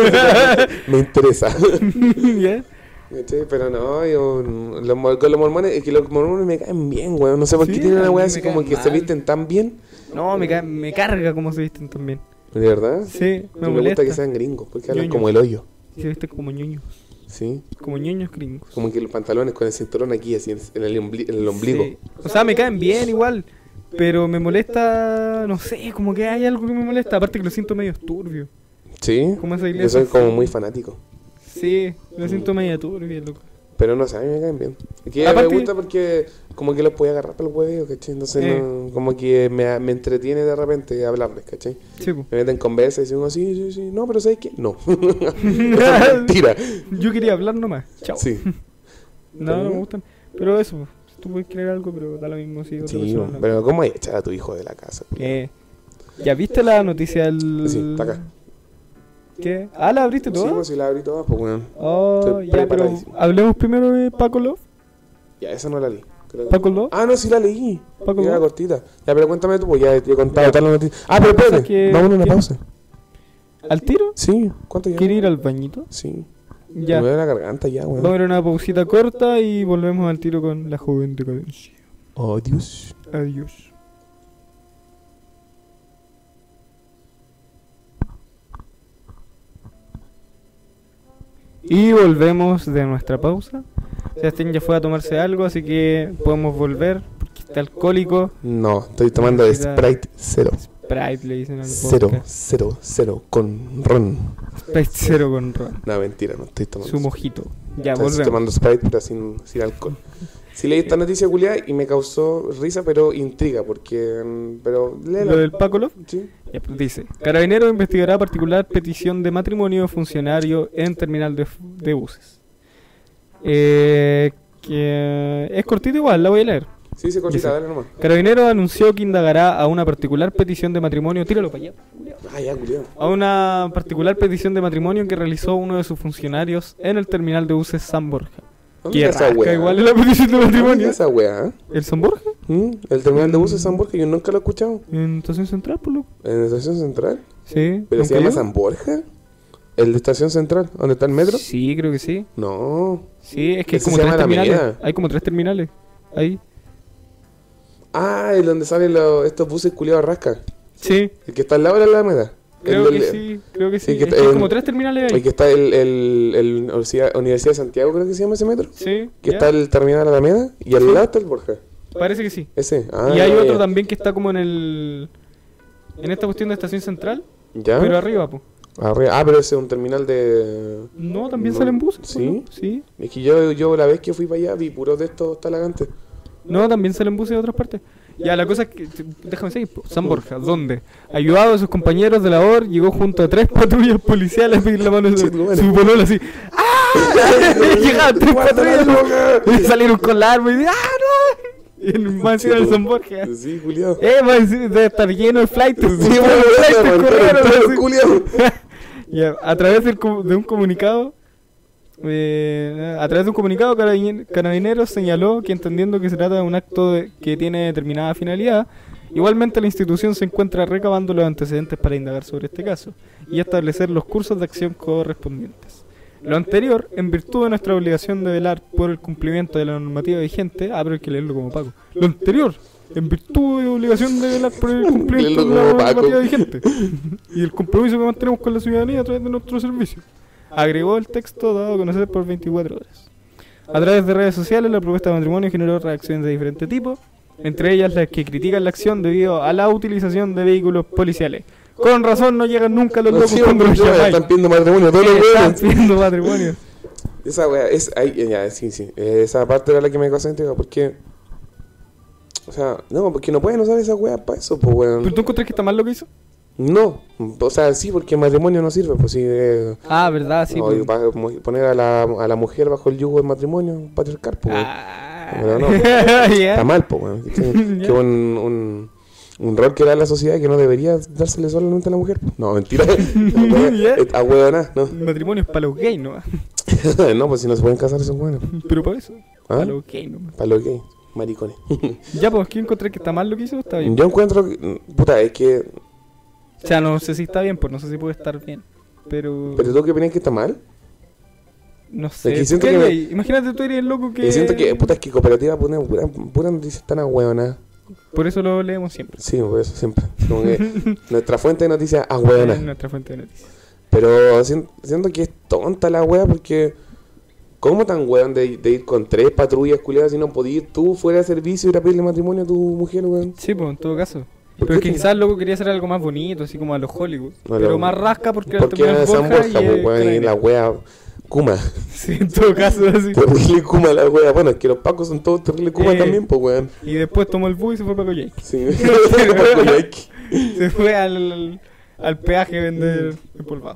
Me interesa.
¿Ya?
¿Cachai? Pero no, yo, los, mor- con los mormones, es que los mormones me caen bien, weón. No sé por qué
Sí,
tienen
a
una
mí
weá
me
así como
caen
que se
mal.
visten tan bien.
No, me, ca- me carga cómo se visten también.
¿De verdad?
Sí, me
Y me
molesta.
gusta que sean gringos, porque hablan
Ñoños.
como el hoyo.
Se visten como ñoños.
¿Sí?
Como ñoños gringos.
Como que los pantalones con el cinturón aquí, así en en el, ombli- en el ombligo.
Sí. O sea, me caen bien igual. Pero me molesta, no sé, como que hay algo que me molesta. Aparte que lo siento medio turbio.
¿Sí?
Como esa
Yo
iglesia.
soy como muy fanático.
Sí, lo siento medio turbio, loco.
Pero no sé, a mí me caen bien. Es que
Aparte-
me gusta porque como que los puedo agarrar para el hueveo, ¿cachai? Entonces
Eh.
no- como que me, me entretiene de repente hablarles, ¿cachai?
Sí, po.
Me meten en conversa y dicen, sí, sí, sí. No, pero ¿sabes qué? No. Eso es mentira.
Yo quería hablar nomás. Chao.
Sí.
No, no me gustan. Pero eso, po. Tú puedes creer algo, pero da lo mismo si otra
Sí,
persona no.
pero ¿cómo hay que echar a tu hijo de la casa?
Eh, ¿Ya viste la noticia del...?
Sí, está acá.
¿Qué? Ah, ¿la abriste
Sí,
toda?
pues si la abrí todas, pues bueno.
Oh,
estoy
ya, pero
preparadísimo.
hablemos primero de Paco Love.
Ya, esa no la leí. Creo que-
¿Paco Love?
Ah, no, sí la leí.
Paco
Era
Love.
cortita. Ya, pero cuéntame tú, pues ya te he contado
Ya.
tal la noticia. Ah, pero
La cosa
espérate,
es que-
vamos a una
¿qué?
pausa.
¿Al tiro?
Sí, ¿cuánto ya?
¿Quiere ir al bañito?
Sí.
Ya.
Me duele la garganta ya,
Vamos a
weón.
ver una pausita corta y volvemos al tiro con la joven decadencia.
Oh, Dios.
Adiós. Y volvemos de nuestra pausa. Sebastián ya fue a tomarse algo, así que podemos volver porque está alcohólico.
No, estoy tomando
Necesita-
Sprite cero.
Sprite le dicen al
Cero,
vodka.
cero, cero, con ron.
Sprite cero con ron.
No, mentira, no estoy tomando.
Su mojito. Ya,
Estoy
volvemos.
tomando Sprite, pero sin, sin alcohol. Sí leí esta noticia culiada y me causó risa, pero intriga, porque... mm, Pero, léela.
Lo del Paco Love.
Sí.
Ya, pues, dice, Carabinero investigará particular petición de matrimonio de funcionario en terminal de, de buses. Eh, que es cortito igual, la voy a leer.
Sí, se cortita,
Dice,
dale nomás.
Carabinero anunció que indagará a una particular petición de matrimonio, tíralo para allá,
Ah, ya, culiado.
a una particular petición de matrimonio que realizó uno de sus funcionarios en el terminal de buses San Borja.
¿Dónde
Que
está esa
rasca
wea?
igual es la petición de
¿Dónde
matrimonio.
está esa wea? eh?
¿El San Borja?
¿Mm? El terminal de buses de San Borja, yo nunca lo he escuchado.
En Estación Central, por loco.
¿En la estación central?
Sí.
¿Pero se
¿nunca
llama
yo?
San Borja? ¿El de Estación Central? ¿Dónde está el metro?
Sí, creo que sí.
No.
Sí, es que hay
Ese
como
se
tres
llama
terminales.
Alameda.
Hay como tres terminales. Ahí.
Ah, el donde salen los, estos buses culiados rasca.
Sí.
El que está al lado de la Alameda.
Creo
el,
que
el-
sí, creo que
sí,
sí.
que
Es
está
que hay
en-
como tres terminales
El
ahí.
que está el, el, el Universidad, Universidad de Santiago, creo que se llama ese metro.
Sí.
Que
ya.
está el terminal Alameda y al
Sí.
lado está el Borja.
Parece que sí.
Ese. Ah,
y hay
ya,
otro
ya.
también que está como en el... En esta cuestión de estación central.
¿Ya?
Pero arriba, po.
Arriba. Ah, pero ese es un terminal de...
No, también
No,
salen buses. po,
¿sí?
¿no? Sí.
Es que yo, yo la vez que fui para allá vi puros de estos talagantes.
No, también salen buses de otras partes. Ya, la cosa es que, déjame seguir, po. San Borja, ¿dónde? Ayudado a sus compañeros de labor, llegó junto a tres patrullas policiales a pedir la mano de su,
Sí, tu madre.
su polola así. ¡Ah! Llegaban tres patrullas y salieron con la arma y dije, ¡ah, no! Y en más encima del San Borja.
Sí, Julián.
Eh, más encima debe estar lleno de flighters.
Sí,
Todos
bueno,
los
bueno,
flighters
bueno,
corrieron,
bueno,
así.
Julián.
Ya, a través del com- de un comunicado, eh, a través de un comunicado, Carabine- Carabineros señaló que entendiendo que se trata de un acto de- que tiene determinada finalidad, igualmente la institución se encuentra recabando los antecedentes para indagar sobre este caso y establecer los cursos de acción correspondientes. Lo anterior, en virtud de nuestra obligación de velar por el cumplimiento de la normativa vigente, ah, pero hay que leerlo como Paco. Lo anterior, en virtud de obligación de velar por el cumplimiento
Léelo
de la
como Paco.
normativa vigente y el compromiso que mantenemos con la ciudadanía a través de nuestro servicio. Agregó el texto dado a conocer por veinticuatro horas. A través de redes sociales, la propuesta de matrimonio generó reacciones de diferente tipo, entre ellas las que critican la acción debido a la utilización de vehículos policiales. Con razón no llegan nunca los
No,
locos
sí,
cuando los
no,
llamáis.
están pidiendo matrimonio todos los
Están
weones.
pidiendo matrimonio.
Esa wea, es, ahí, ya, sí, sí. Eh, esa parte era la que me causó intriga, porque... O sea, no, porque no pueden usar esa wea para eso, pues weón.
¿Pero tú encontrás que está mal lo que hizo?
No, o sea, sí, porque el matrimonio no sirve, pues sí. Eh,
Ah, verdad, sí.
no,
pues.
y pa- mo- poner a la, a la mujer bajo el yugo del matrimonio, patriarcal, pues weón.
Ah,
Pero no,
ya.
Está mal, pues weón. Que
Ya.
que un, un, un rol que da la sociedad que no debería dársele solamente a la mujer. No, mentira.
Ya.
A huevona, no.
El matrimonio es para los gays, ¿no?
No, pues si no se pueden casar esos buenos.
Pero para eso.
¿Ah?
Para los gays, ¿no?
Para los gays, maricones.
Ya, pues, ¿quién encontré que está mal lo que hizo? Está bien.
Yo encuentro que, puta, es que...
O sea, no sé si está bien, pues no sé si puede estar bien. Pero.
¿Pero tú qué opinas que está mal?
No sé.
Es que siento
¿Qué
que me-
hay? Imagínate tú eres el loco que.
Y siento que, puta, es que cooperativa pone pura, pura noticias tan ahueonadas.
Por eso lo leemos siempre.
Sí, por eso siempre. Como que nuestra fuente de noticias
Es
ahueonadas.
nuestra fuente de noticias.
Pero sien- siento que es tonta la wea porque... ¿Cómo tan weón de, de ir con tres patrullas culiadas si no podías ir tú fuera de servicio y ir a pedirle matrimonio a tu mujer, weón?
Sí, pues, en todo caso.
¿Por
Pero es
qué
que
te-
quizás el loco quería hacer algo más bonito, así como a los Hollywood.
No,
pero
no.
más rasca porque era el
Porque era de
terminal
San
Borja
Borja,
y,
pues,
eh,
weón, y
Carabinero.
la wea Kuma.
Sí, en todo caso, así.
Terrible Kuma la wea. Bueno, es que los pacos son todos terrible Kuma
Eh.
también, pues, weón.
Y después tomó el bus y se fue para Coyhaique.
Sí. Coyhaique.
Se fue al, al peaje a vender empolvado.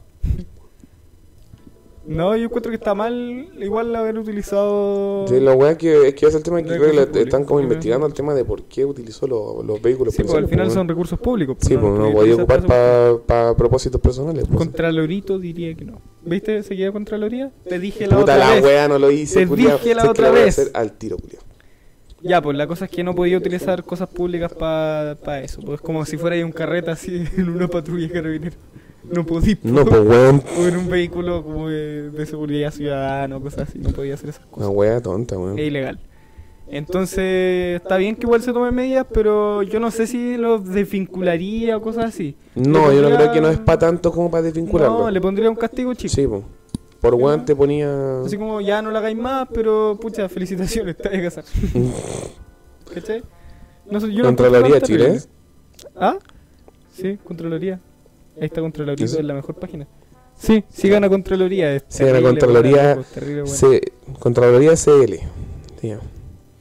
No, yo encuentro que está mal igual haber utilizado...
Sí, la wea que es que es el tema que
Recursos
creo que le-
públicos.
están como investigando el tema de por qué utilizó los, los vehículos
Sí, pues al
policiales,
final
pues,
son
weón.
recursos públicos.
Sí, pues no
podía
podía
utilizar
ocupar
para eso.
para propósitos personales. Pues.
Contralorito diría que no. ¿Viste? ¿Seguía Contraloría? Te dije la
Puta
otra
la
vez.
wea no lo hice,
Te
culiao.
dije la
Sé que
otra
voy a
vez.
hacer al tiro, culiao.
Ya, pues la cosa es que no podía utilizar cosas públicas para eso. Pues como si fuera ahí un carreta así en una patrulla carabinero. No podía.
No, pues weón.
O en un vehículo como de, de seguridad ciudadana o cosas así. No podía hacer esas
Una
cosas.
wea tonta, weón.
Es ilegal. Entonces, está bien que igual se tomen medidas, pero yo no sé si los desvincularía o cosas así.
No,
Le
yo no
pondría-
creo que no es para tanto como para desvincularlo.
No, le pondría un castigo chico.
Sí, pues. Por weón te ponía.
Así como ya no la hagáis más, pero pucha, felicitaciones, te vas a casar. ¿Cachai? No sé, yo no
Contraloría
encuentro tan
Chile,
terrible. ¿Ah? Sí, Contraloría. Ahí está Contraloría,
¿Eso?
es la mejor página. Sí, sigan a Contraloría. Es
Sigan a
terrible,
Contraloría
buena, loco, terrible, buena.
C- Contraloría C L. Sí, ya.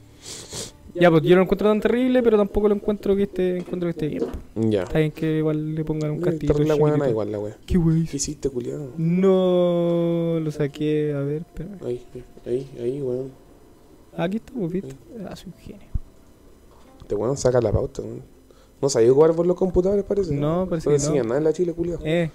Ya, pues yo no lo encuentro tan terrible, pero tampoco lo encuentro que esté, encuentro que esté bien.
Ya.
Está bien que igual le pongan un castigo.
Terrible la weá, igual la wea.
¿Qué wey?
¿Qué hiciste, culiado?
No lo saqué, a ver, espera.
Ahí, ahí, ahí, weón.
Aquí está, pues, ¿viste? Ah, soy un genio.
Te weón saca la pauta, weón. No sabía jugar por los computadores, parece.
No, parece
no
que no.
enseñan nada en la Chile, culiado.
Eh.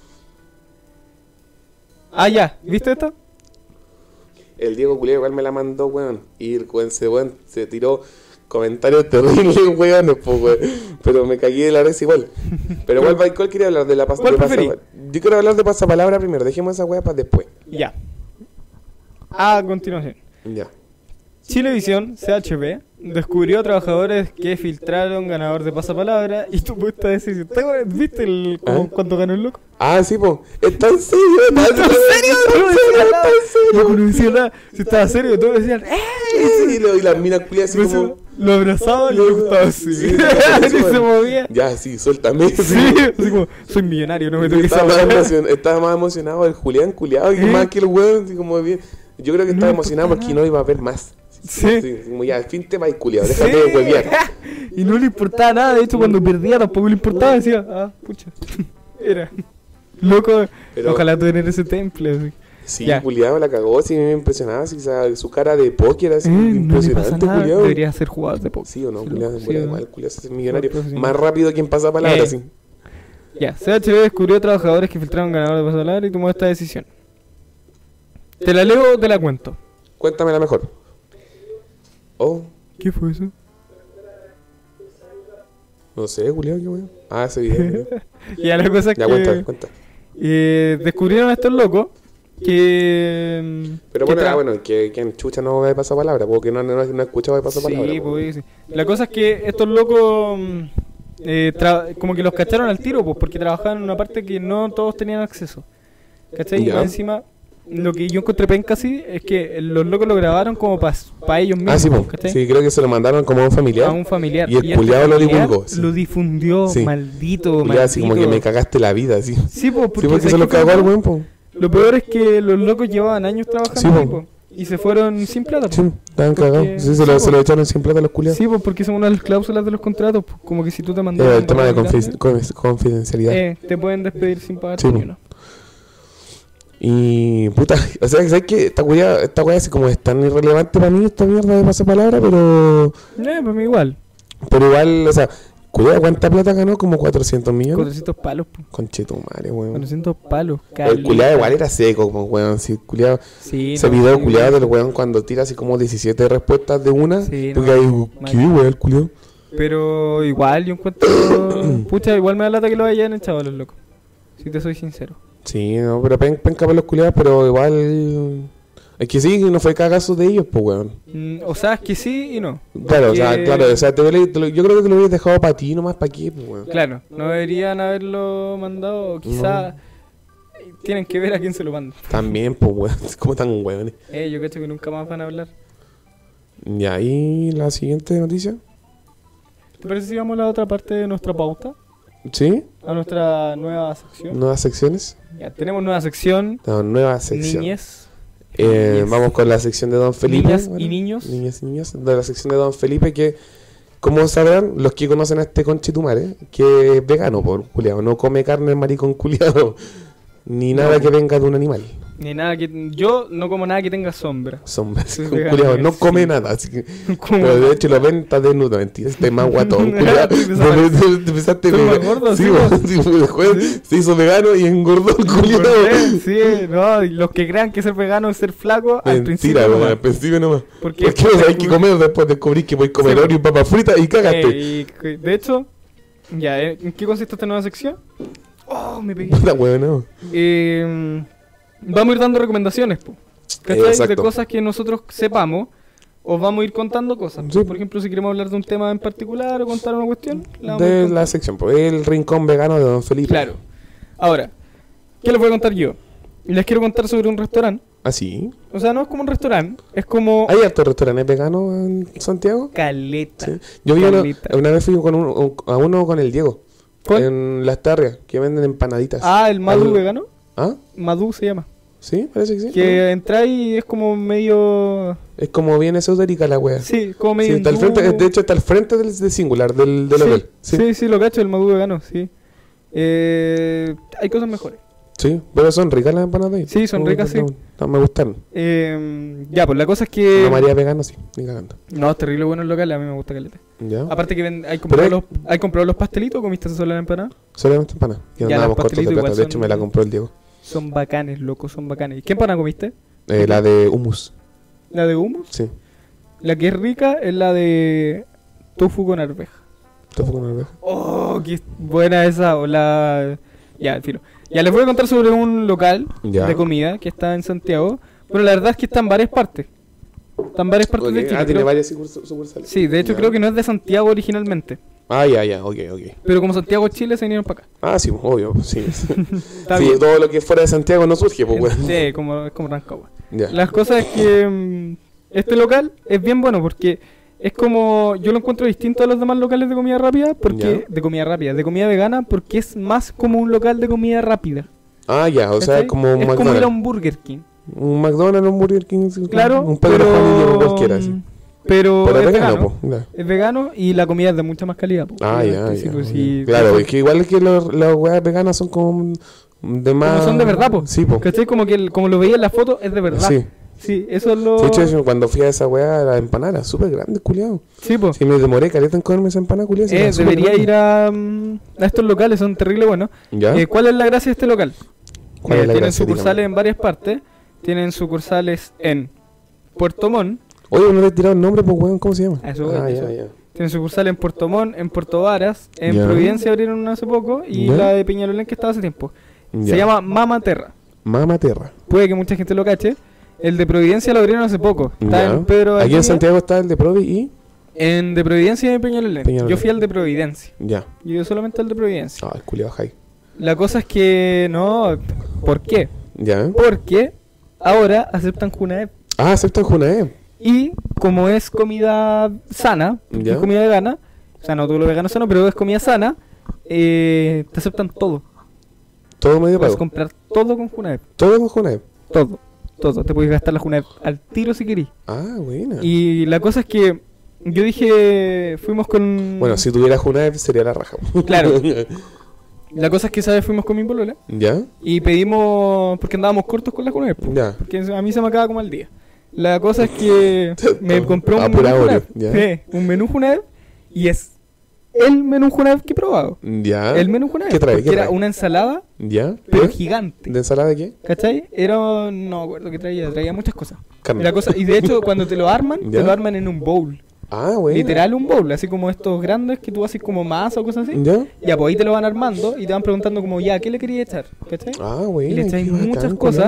Ah, ya, ¿viste esto?
El Diego culiado igual me la mandó, weón. Y el weón se, weón, se tiró Comentarios terribles, weón, pues, weón. Pero me cagué de la risa igual. Pero igual, ¿cuál, cuál quería hablar? De la pas-
¿Cuál
de pasa-
preferí?
Yo quiero hablar de pasapalabra primero. Dejemos esa weá para después.
Ya. A continuación.
Ya.
Chilevisión, C H P, descubrió a trabajadores que filtraron ganador de pasapalabra y tú puedes decir, ¿te acuerdas? ¿Viste el, cómo-
¿Ah?
cuánto ganó el loco?
Ah, sí, po. ¿Está en serio? ¿Está
¿En serio? No me decía
¿Está
nada.
en serio?
Yo no decía nada. Si estaba serio, todos decían, ¡eh!
Sí, lo- y las minas culiadas así
Me
como...
decía- Lo abrazaba y yo estaba así.
Sí,
Y
sí,
se movía.
Ya, sí, suéltame.
Sí, así como, soy millonario, no me tengo que
Estaba más,
saber.
emocion- estaba más emocionado el Julián culiado que
¿Eh?
más que el weón, así como bien. Yo creo que
No
estaba
me
emocionado
importa
porque
nada.
no iba a haber más.
Sí.
Como ya, al fin te va culiado,
Sí.
déjate de huevear.
Y no le importaba nada, de hecho cuando perdía tampoco le importaba, decía, ah, pucha. Era. Loco,
Pero-
ojalá tener ese temple. Así.
Sí,
Ya.
culiado la cagó, sí me impresionaba, así, o sea, su cara de póker así,
Eh, no le pasa
impresionante,
nada,
culiado.
debería hacer jugadas de poker.
Sí o no,
Sí,
culiado,
sí,
bueno,
¿no?
igual, culiado es millonario.
Profesional.
Más rápido quien pasa palabra,
Eh.
sí.
Ya, C H B descubrió trabajadores que filtraron ganador de pasapalabra y tomó esta decisión. ¿Te la leo o te la cuento?
Cuéntamela mejor. Oh,
¿Qué fue eso?
no sé, culiado, qué weón. Ah, ese video.
Ya, la cosa es
Ya,
que
cuenta, cuenta.
eh, descubrieron a estos locos que... mm,
Pero
que
bueno,
tra-
ah, bueno, que quien chucha no ve pasapalabra, porque no, no, no he escuchado de pasapalabra.
Sí,
po.
pues, sí. La cosa es que estos locos mm, eh, tra- como que los cacharon al tiro, pues, porque trabajaban en una parte que no todos tenían acceso. ¿Cachai? Y
Ya.
más encima, lo que yo encontré penca así es que los locos lo grabaron como para ellos mismos,
Ah, sí, po.
¿cachai?
Sí, creo que se lo mandaron como a un familiar.
A un familiar.
Y el
este
culiao lo
familiar
divulgó, sí.
Lo difundió,
Sí.
maldito,
Culiao,
maldito.
así como que me cagaste la vida, así.
Sí, pues, porque,
Sí, porque
¿sabes
se lo
qué fue
cagó al
lo-
weón, po.
Lo peor es que los locos llevaban años trabajando
Sí,
ahí,
po.
po, y se fueron sin plata. po.
Sí, estaban
Porque-
cagados. Sí, se
sí,
lo,
po.
se lo echaron sin plata a los culiados.
Sí, pues porque son una de las cláusulas de los contratos, pues, como que si tú te mandas...
Eh, el tema de confi- confi- confidencialidad.
Eh, te pueden despedir sin pagar
Sí,
ni
po.
uno.
Y puta, o sea, ¿sabes qué? Esta weá, esta weá así como es tan irrelevante para mí, esta mierda de pasapalabra, pero.
Eh, pues igual.
Pero igual, o sea, cuidado, ¿cuánta plata ganó? Como cuatrocientos millones.
cuatrocientos palos, po.
Conchetumare, weón.
cuatrocientos palos.
El
caleta.
culiado igual era seco, como weón. Si el culiado.
Sí,
Ese
no,
video
sí,
culiado del weón cuando tira así como diecisiete respuestas de una.
Sí,
Porque
no,
ahí,
mal.
¿qué weón, el culiado?
Pero igual yo encuentro... Pucha, igual me da lata que lo hayan echado los locos. Si te soy sincero.
Sí, no, pero pen, penca para los culiados, pero igual. Es que sí, no fue cagazo de ellos, pues weón.
Mm, o sea, es que sí y no.
Claro, o sea,
Porque-
claro, o sea, te hubiera- te lo- yo creo que te lo hubieras dejado para ti nomás, para qué, pues weón.
Claro, no deberían haberlo mandado. Quizá tienen que ver a quién se lo mandan.
También, pues weón, como tan weones.
Eh, yo cacho que nunca más van a hablar.
Ya, y la siguiente noticia.
¿Te parece si vamos a la otra parte de nuestra pauta?
¿Sí?
A nuestra nueva sección.
Nuevas secciones.
Ya, tenemos nueva sección.
No, nueva sección.
Niñez.
Eh,
Niñez.
Vamos con la sección de Don Felipe.
Niñas y
bueno,
niños.
Niñas y niños. De la sección de Don Felipe que, como sabrán, los que conocen a este conchetumare, que es vegano, por culiado. No come carne el maricón culiado. Ni nada
No.
que venga de un animal.
Ni nada que... Yo no como nada que tenga sombra.
Son
Soy vegano,
culiado, no
sí.
come nada. Así que,
Como-
pero de hecho lo ven, está desnudo, mentira. Este más guatón, culiado.
Te empezaste-
Te empezaste
Soy más
vega-
gordo,
sí,
sí,
bueno,
po.
sí, pues, después
Sí.
se hizo vegano y engordó el culiado.
Sí, no, y los que crean que ser vegano es ser flaco, al principio
Mentira,
no.
weón, al principio nomás.
Porque
Porque no sabes qué comer, después descubrí que voy a comer
Sí,
Oreo y papas fritas y cagaste.
Eh, y, de hecho, ya, ¿eh? ¿en qué consiste esta nueva sección? Oh, me pegué.
Puta weón, no.
Eh, vamos a ir dando recomendaciones, po. ¿Cachai? De
Exacto.
cosas que nosotros sepamos, os vamos a ir contando cosas.
Sí.
Por ejemplo, si queremos hablar de un tema en particular o contar una cuestión, la vamos a ir
De
contando.
la sección, pues el rincón vegano de Don Felipe.
Claro. Ahora, ¿qué les voy a contar yo? Les quiero contar sobre un restaurante.
¿Ah, sí?
O sea, no es como un restaurante, es como
¿Hay hartos restaurantes veganos en Santiago?
caleta.
Sí. Yo vi uno,
Caleta.
una vez fui con un- a uno con el Diego.
¿Cuál?
En Las Tarrias, que venden empanaditas.
Ah, el Madu
Al-
vegano.
¿Ah?
Madu se llama.
Sí, parece que sí.
Que entra y es como medio...
Es como bien esotérica la wea.
Sí, como
Sí,
medio...
está al
hindú.
frente, de hecho está al frente del, del singular, del, del
sí,
hotel.
sí.
Sí.
sí, lo cacho, el Madu vegano, sí. Eh, hay cosas mejores.
Sí, pero son ricas las empanadas ahí.
Sí, son
No,
ricas,
no,
sí.
no, me gustaron.
Eh, ya, pues la cosa es que...
Una María vegano, sí, ni cagando.
No, es terrible bueno el local, a mí me gusta caleta.
¿Ya?
Aparte que ven, hay comprado
Pero
los, hay comprado los pastelitos, ¿comiste esa sola la empanada?
Solamente empanadas. Que
Ya,
andábamos
los
cortos de
pastelitos
plata.
igual
De hecho,
son-
me la compró el Diego.
Son bacanes, loco, son bacanes. ¿Qué empanada comiste?
Eh, la de hummus,
¿La de hummus?
sí.
La que es rica es la de tofu con arveja.
¿Tofu con arveja?
Oh, qué buena esa. O la... Ya, filo. Ya, les voy a contar sobre un local
Ya.
de comida que está en Santiago. Bueno, la verdad es que está en varias partes. Está en varias partes
Ok,
de Chile.
Ah, tiene
creo-
varias sucurs- sucursales.
Sí, de hecho
Ya.
creo que no es de Santiago originalmente.
Ah, ya, ya, ok, ok.
Pero como Santiago es Chile, se vinieron para acá.
Ah, sí, obvio, pues, sí.
Está
sí,
bien.
todo lo que es fuera de Santiago no surge, pues, weón.
Sí, como, es como Rancagua.
Ya.
Las cosas es que mm, este local es bien bueno porque es como, yo lo encuentro distinto a los demás locales de comida rápida, porque
Ya.
de comida rápida, de comida vegana, porque es más como un local de comida rápida.
Ah, ya, o sea,
¿cachai?
es como un
es como ir a
McDonald's.
un Burger King.
Un McDonald's, un Burger King, sí,
Claro,
un Pedro
pero,
Juanillo, cualquiera, sí.
pero
Pero
es
es
vegano.
vegano, pues. Ya.
Es vegano y la comida es de mucha más calidad. po.
Ah, ya,
Obviamente, sí,
ya.
pues,
ok.
sí,
Claro,
pues,
es que igual es que los- las weas veganas son como de más...
como son de verdad, po.
Sí, po.
¿Cachai? Como que el- como lo veía en la foto, es de verdad.
Sí.
Sí, eso es lo...
De hecho, yo cuando fui a esa wea, la empanada era súper grande, culiado.
Sí, po.
Sí, me demoré caleta en comerme esa empanada, culiado.
Eh, debería ir a, mm, a estos locales, son terrible buenos.
¿Ya?
Eh, ¿Cuál es la gracia de este local?
¿Cuál
Eh,
es la
tienen
gracia,
sucursales
dígame?
en varias partes. Tienen sucursales en Puerto Montt.
Oye, no le he tirado el nombre, pues, weón, ¿cómo se llama?
A eso voy,
ah,
a
ya,
eso voy.
ya.
Tienen sucursales en Puerto Montt, en Puerto Varas, en
Ya.
Providencia abrieron una hace poco y
Ya.
la de Peñalolén que estaba hace tiempo. Se
Ya.
llama Mama Terra.
Mama Terra.
Puede que mucha gente lo cache. El de Providencia lo abrieron hace poco. Está
Ya.
en Pedro
Aquí
Valdivia,
en Santiago está el de Provi y...
en de Providencia y en Peñalolén.
Peñalolén.
Yo fui al de Providencia.
Ya.
Yo solamente al de Providencia.
Ah, el culiado high.
La cosa es que no. ¿Por qué?
Ya.
Porque ahora aceptan Junaep.
Ah, acepta el Junae.
Y como es comida sana, porque
Ya.
es comida vegana, o sea, no todo lo vegano es sano, pero es comida sana, eh, te aceptan todo.
Todo medio
Puedes
pago.
comprar todo con Junaep.
Todo con Junae.
Todo. Todo. Te puedes gastar la Junaep al tiro si querís.
Ah, buena.
Y la cosa es que yo dije, fuimos con...
Bueno, si tuviera Junae sería la raja.
Claro. La cosa es que esa vez fuimos con mi polola
¿Ya?
y pedimos, porque andábamos cortos con la Junaep, po,
Ya.
porque a mí se me acaba como al día. La cosa es que me compré un
Ah,
menú
pura Oreo,
Junaep.
ya.
Sí, un menú Junaep y es el menú Junaep que he probado.
¿Ya?
El menú Junaep.
¿Qué trae?
porque
¿Qué
era
trae?
una ensalada,
¿Ya?
pero
¿Eh?
gigante.
¿De ensalada de qué?
¿Cachai? Era, no me acuerdo qué traía, traía muchas cosas.
Carne.
La cosa, y de hecho cuando te lo arman,
¿Ya?
te lo arman en un bowl.
Ah, bueno.
Literal un bowl, así como estos grandes que tú haces como masa o cosas así.
¿Ya?
Ya, pues ahí te lo van armando y te van preguntando como, ya, ¿qué le querías echar? ¿Cachai?
Ah, bueno.
y le echáis
qué bacán,
muchas
culiao.
cosas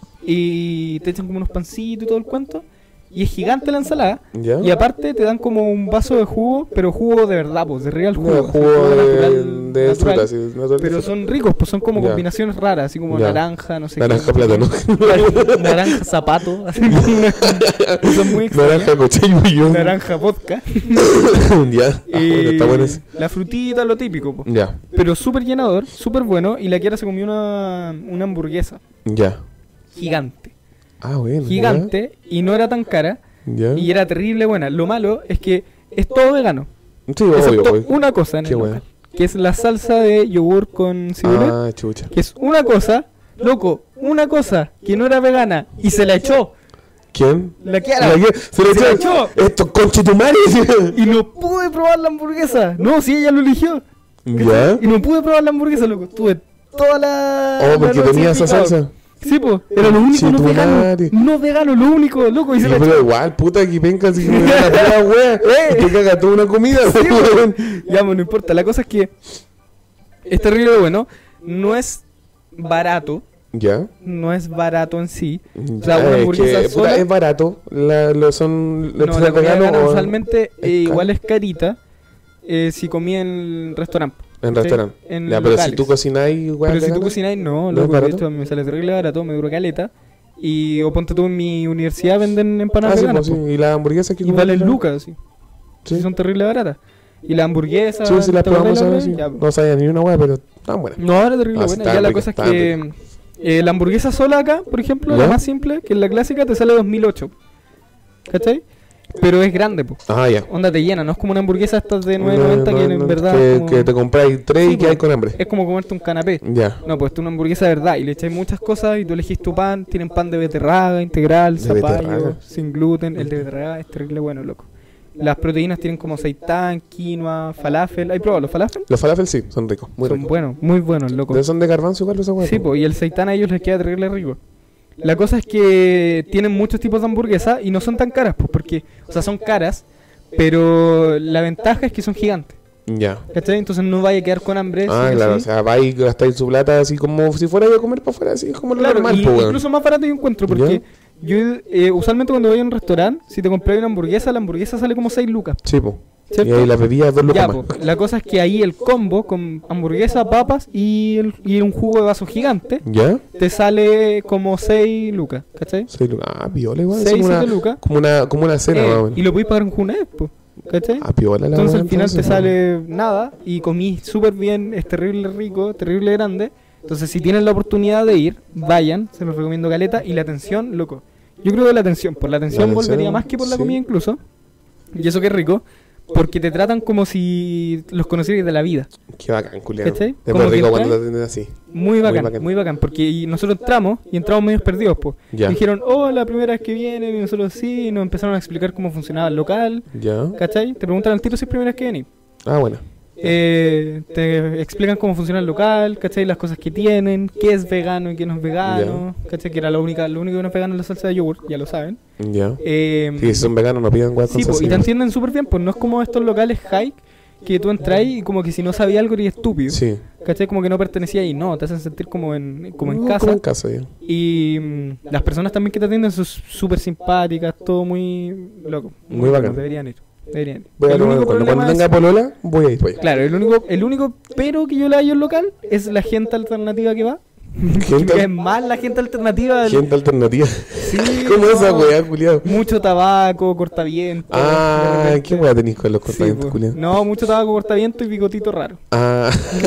y te echan como unos pancitos y todo el cuento. Y es gigante la ensalada.
¿Ya?
Y aparte te dan como un vaso de jugo, pero jugo de verdad, pues, de real jugo.
No,
así,
jugo de,
natural-
de
natural.
fruta, sí. natural de
Pero
fruta.
son ricos, pues son como
Ya.
combinaciones raras, así como
Ya.
naranja, no sé
Naranja
qué.
plátano.
Naranja zapato, así como son muy extrañas.
Naranja coche y bullón.
Naranja vodka.
Ya. Ah,
y
bueno, está bueno ese.
la frutita, lo típico, pues.
Ya.
Pero súper llenador, súper bueno. Y la Kiara se comió una, una hamburguesa
Ya.
gigante.
Ah, bueno.
Gigante. Y no era tan cara.
Ya.
Y era terrible buena. Lo malo es que es todo vegano.
Sí, obvio,
Excepto
pues.
una cosa en
Qué
el
buena.
local, que es la salsa de yogur con cibulet.
Ah, chucha.
Que es una cosa, loco, una cosa que no era vegana y se la echó.
¿Quién?
La Kiara.
La que- Se le
Se la
echó.
echó.
Estos conchetumares.
Y no pude probar la hamburguesa. No, si ella lo eligió.
¿Ya?
Y no pude probar la hamburguesa, loco. Estuve toda la.
Oh,
la
porque
noche
tenía esa
picado.
salsa.
Sí, pues, era lo único no
Conchetumare.
vegano. No vegano, lo único, loco. Y se
Y
la
pero
echó.
igual, puta, que venga así que me da la pura wea.
Eh.
Y te caga toda una comida,
Sí,
weón.
Ya, pues, no importa. La cosa es que es terrible bueno. No es barato.
Ya.
No es barato en sí. O
Ya,
sea, una
es
hamburguesa
que,
sola.
puta, es barato. La, lo son los
No, la comida
veganos
vegana
o-
usualmente
es
eh, igual
caro.
es carita eh, si comí en restaurante.
En
¿sí?
restaurante.
En
Ya, pero si
locales.
tú cocináis, weón.
Pero si tú cocináis, no,
¿No
loco,
es
de
barato?
hecho a mí me sale terrible barato, me dura caleta. Y o ponte tú en mi universidad venden empanadas
Ah, sí,
veganas,
pues,
po.
sí. Y las hamburguesas que
Y valen
comen,
lucas, sí.
Sí.
Sí, son terrible baratas. Y las hamburguesas,
Sí, sí, las
¿te acuerdas
probamos
de la
ahora,
otra
sí.
vez? Ya, po.
No sabía ni una wea, pero están buenas.
No, era terrible
Ah, sí,
buena.
estaban
Ya la
ricas,
cosa es
estaban
que eh, la hamburguesa sola acá, por ejemplo,
¿Ya?
la más simple, que es la clásica, te sale dos mil ocho. ¿Cachai? Pero es grande, po.
Ah, ya.
Onda te llena, no es como una hamburguesa estas de nueve
No,
noventa
no,
que
no,
en verdad
Que,
es como-
que te compráis tres
Sí,
y quedáis
po.
con hambre.
es como comerte un canapé.
Ya.
No, pues tú una hamburguesa de verdad y le echáis muchas cosas y tú elegís tu pan. Tienen pan de beterraga, integral,
¿De
zapallo,
beterraga?
sin gluten. El de beterraga es terrible bueno, loco. Las proteínas tienen como seitán, quinoa, falafel. ¿Hay probado los falafel?
Los falafel sí, son ricos. Muy
Son
ricos.
buenos, muy buenos, loco.
¿De son de garbanzo igual esa wea?
Sí, pues, y el seitán a ellos les queda terrible rico. La cosa es que tienen muchos tipos de hamburguesas y no son tan caras, pues, porque, o sea, son caras, Pero la ventaja es que son gigantes.
Ya.
¿Cachai? Entonces no vaya a quedar con hambre.
Ah,
sí,
claro,
sí.
o sea, va y gastáis su plata así como si fuera a comer para afuera, así como lo
Claro,
normal,
y
po, weón.
incluso más barato yo encuentro, porque yo eh, usualmente cuando voy a un restaurante, si te compras una hamburguesa, la hamburguesa sale como seis lucas.
Sí, po.
¿Cierto?
Y ahí la bebida dos lucas
Ya,
más.
po, la cosa es que ahí el combo con hamburguesa, papas y, el- y un jugo de vaso gigante
¿Ya?
te sale como seis lucas, ¿cachai?
seis lucas. Ah, piola igual.
seis,
como una,
siete lucas.
Como una, como una cena,
Eh,
más o menos.
y lo podéis pagar en Junet, po, ¿cachai?
Ah, piola la
Entonces
weá,
al final te
entonces,
sale nada y comí súper bien, es terrible rico, terrible grande. Entonces si tienen la oportunidad de ir, vayan, se los recomiendo caleta. Y la atención, loco. Yo creo que la atención, por la atención
atención,
volvería más que por la
sí.
comida incluso. Y eso que es rico, porque te tratan como si los conocieras de la vida.
Qué bacán, culiao.
¿Cachai?
Es
Como
muy
que
rico
entras-
cuando te atienden así.
Muy bacán,
bacán.
muy bacán, porque y nosotros entramos y entramos medios perdidos, pues.
Ya.
Dijeron, oh, la primera vez que vienen, y nosotros sí, y nos empezaron a explicar cómo funcionaba el local,
Ya.
¿cachai? Te preguntan al tiro si es primera vez que venís.
Ah, bueno.
Eh, te explican cómo funciona el local, ¿cachai? Las cosas que tienen, qué es vegano y qué no es vegano, ¿cachai? Que era la única, lo único que no es vegano es la salsa de yogur, ya lo saben.
Ya.
Eh,
Sí, si son veganos no pidan guay con
sí, po,
salsa
y te
de
entienden súper bien, pues no es como estos locales hike que tú entras y como que si no sabías algo eres estúpido,
Sí.
¿cachai? Como que no pertenecía ahí, no, te hacen sentir como en, como en
No,
casa.
Como en casa, ya.
Y mm, las personas también que te atienden son súper simpáticas, todo muy loco.
Muy bacán.
Deberían ir. Deberían ir.
Voy a
El
tomar
único
cuando,
problema
cuando tenga
es-
polola, voy a ir, voy.
Claro, el único, el único pero que yo le hallo al local es la gente alternativa que va.
Gente,
Que es más la gente alternativa. del-
gente alternativa.
Sí,
¿Cómo
no.
esa weá, culiao?
Mucho tabaco, cortaviento.
Ah,
de repente-
¿qué weá tenéis con los
Sí,
cortamientos,
po.
culiao?
No, mucho tabaco, cortaviento y bigotito raro.
Ah,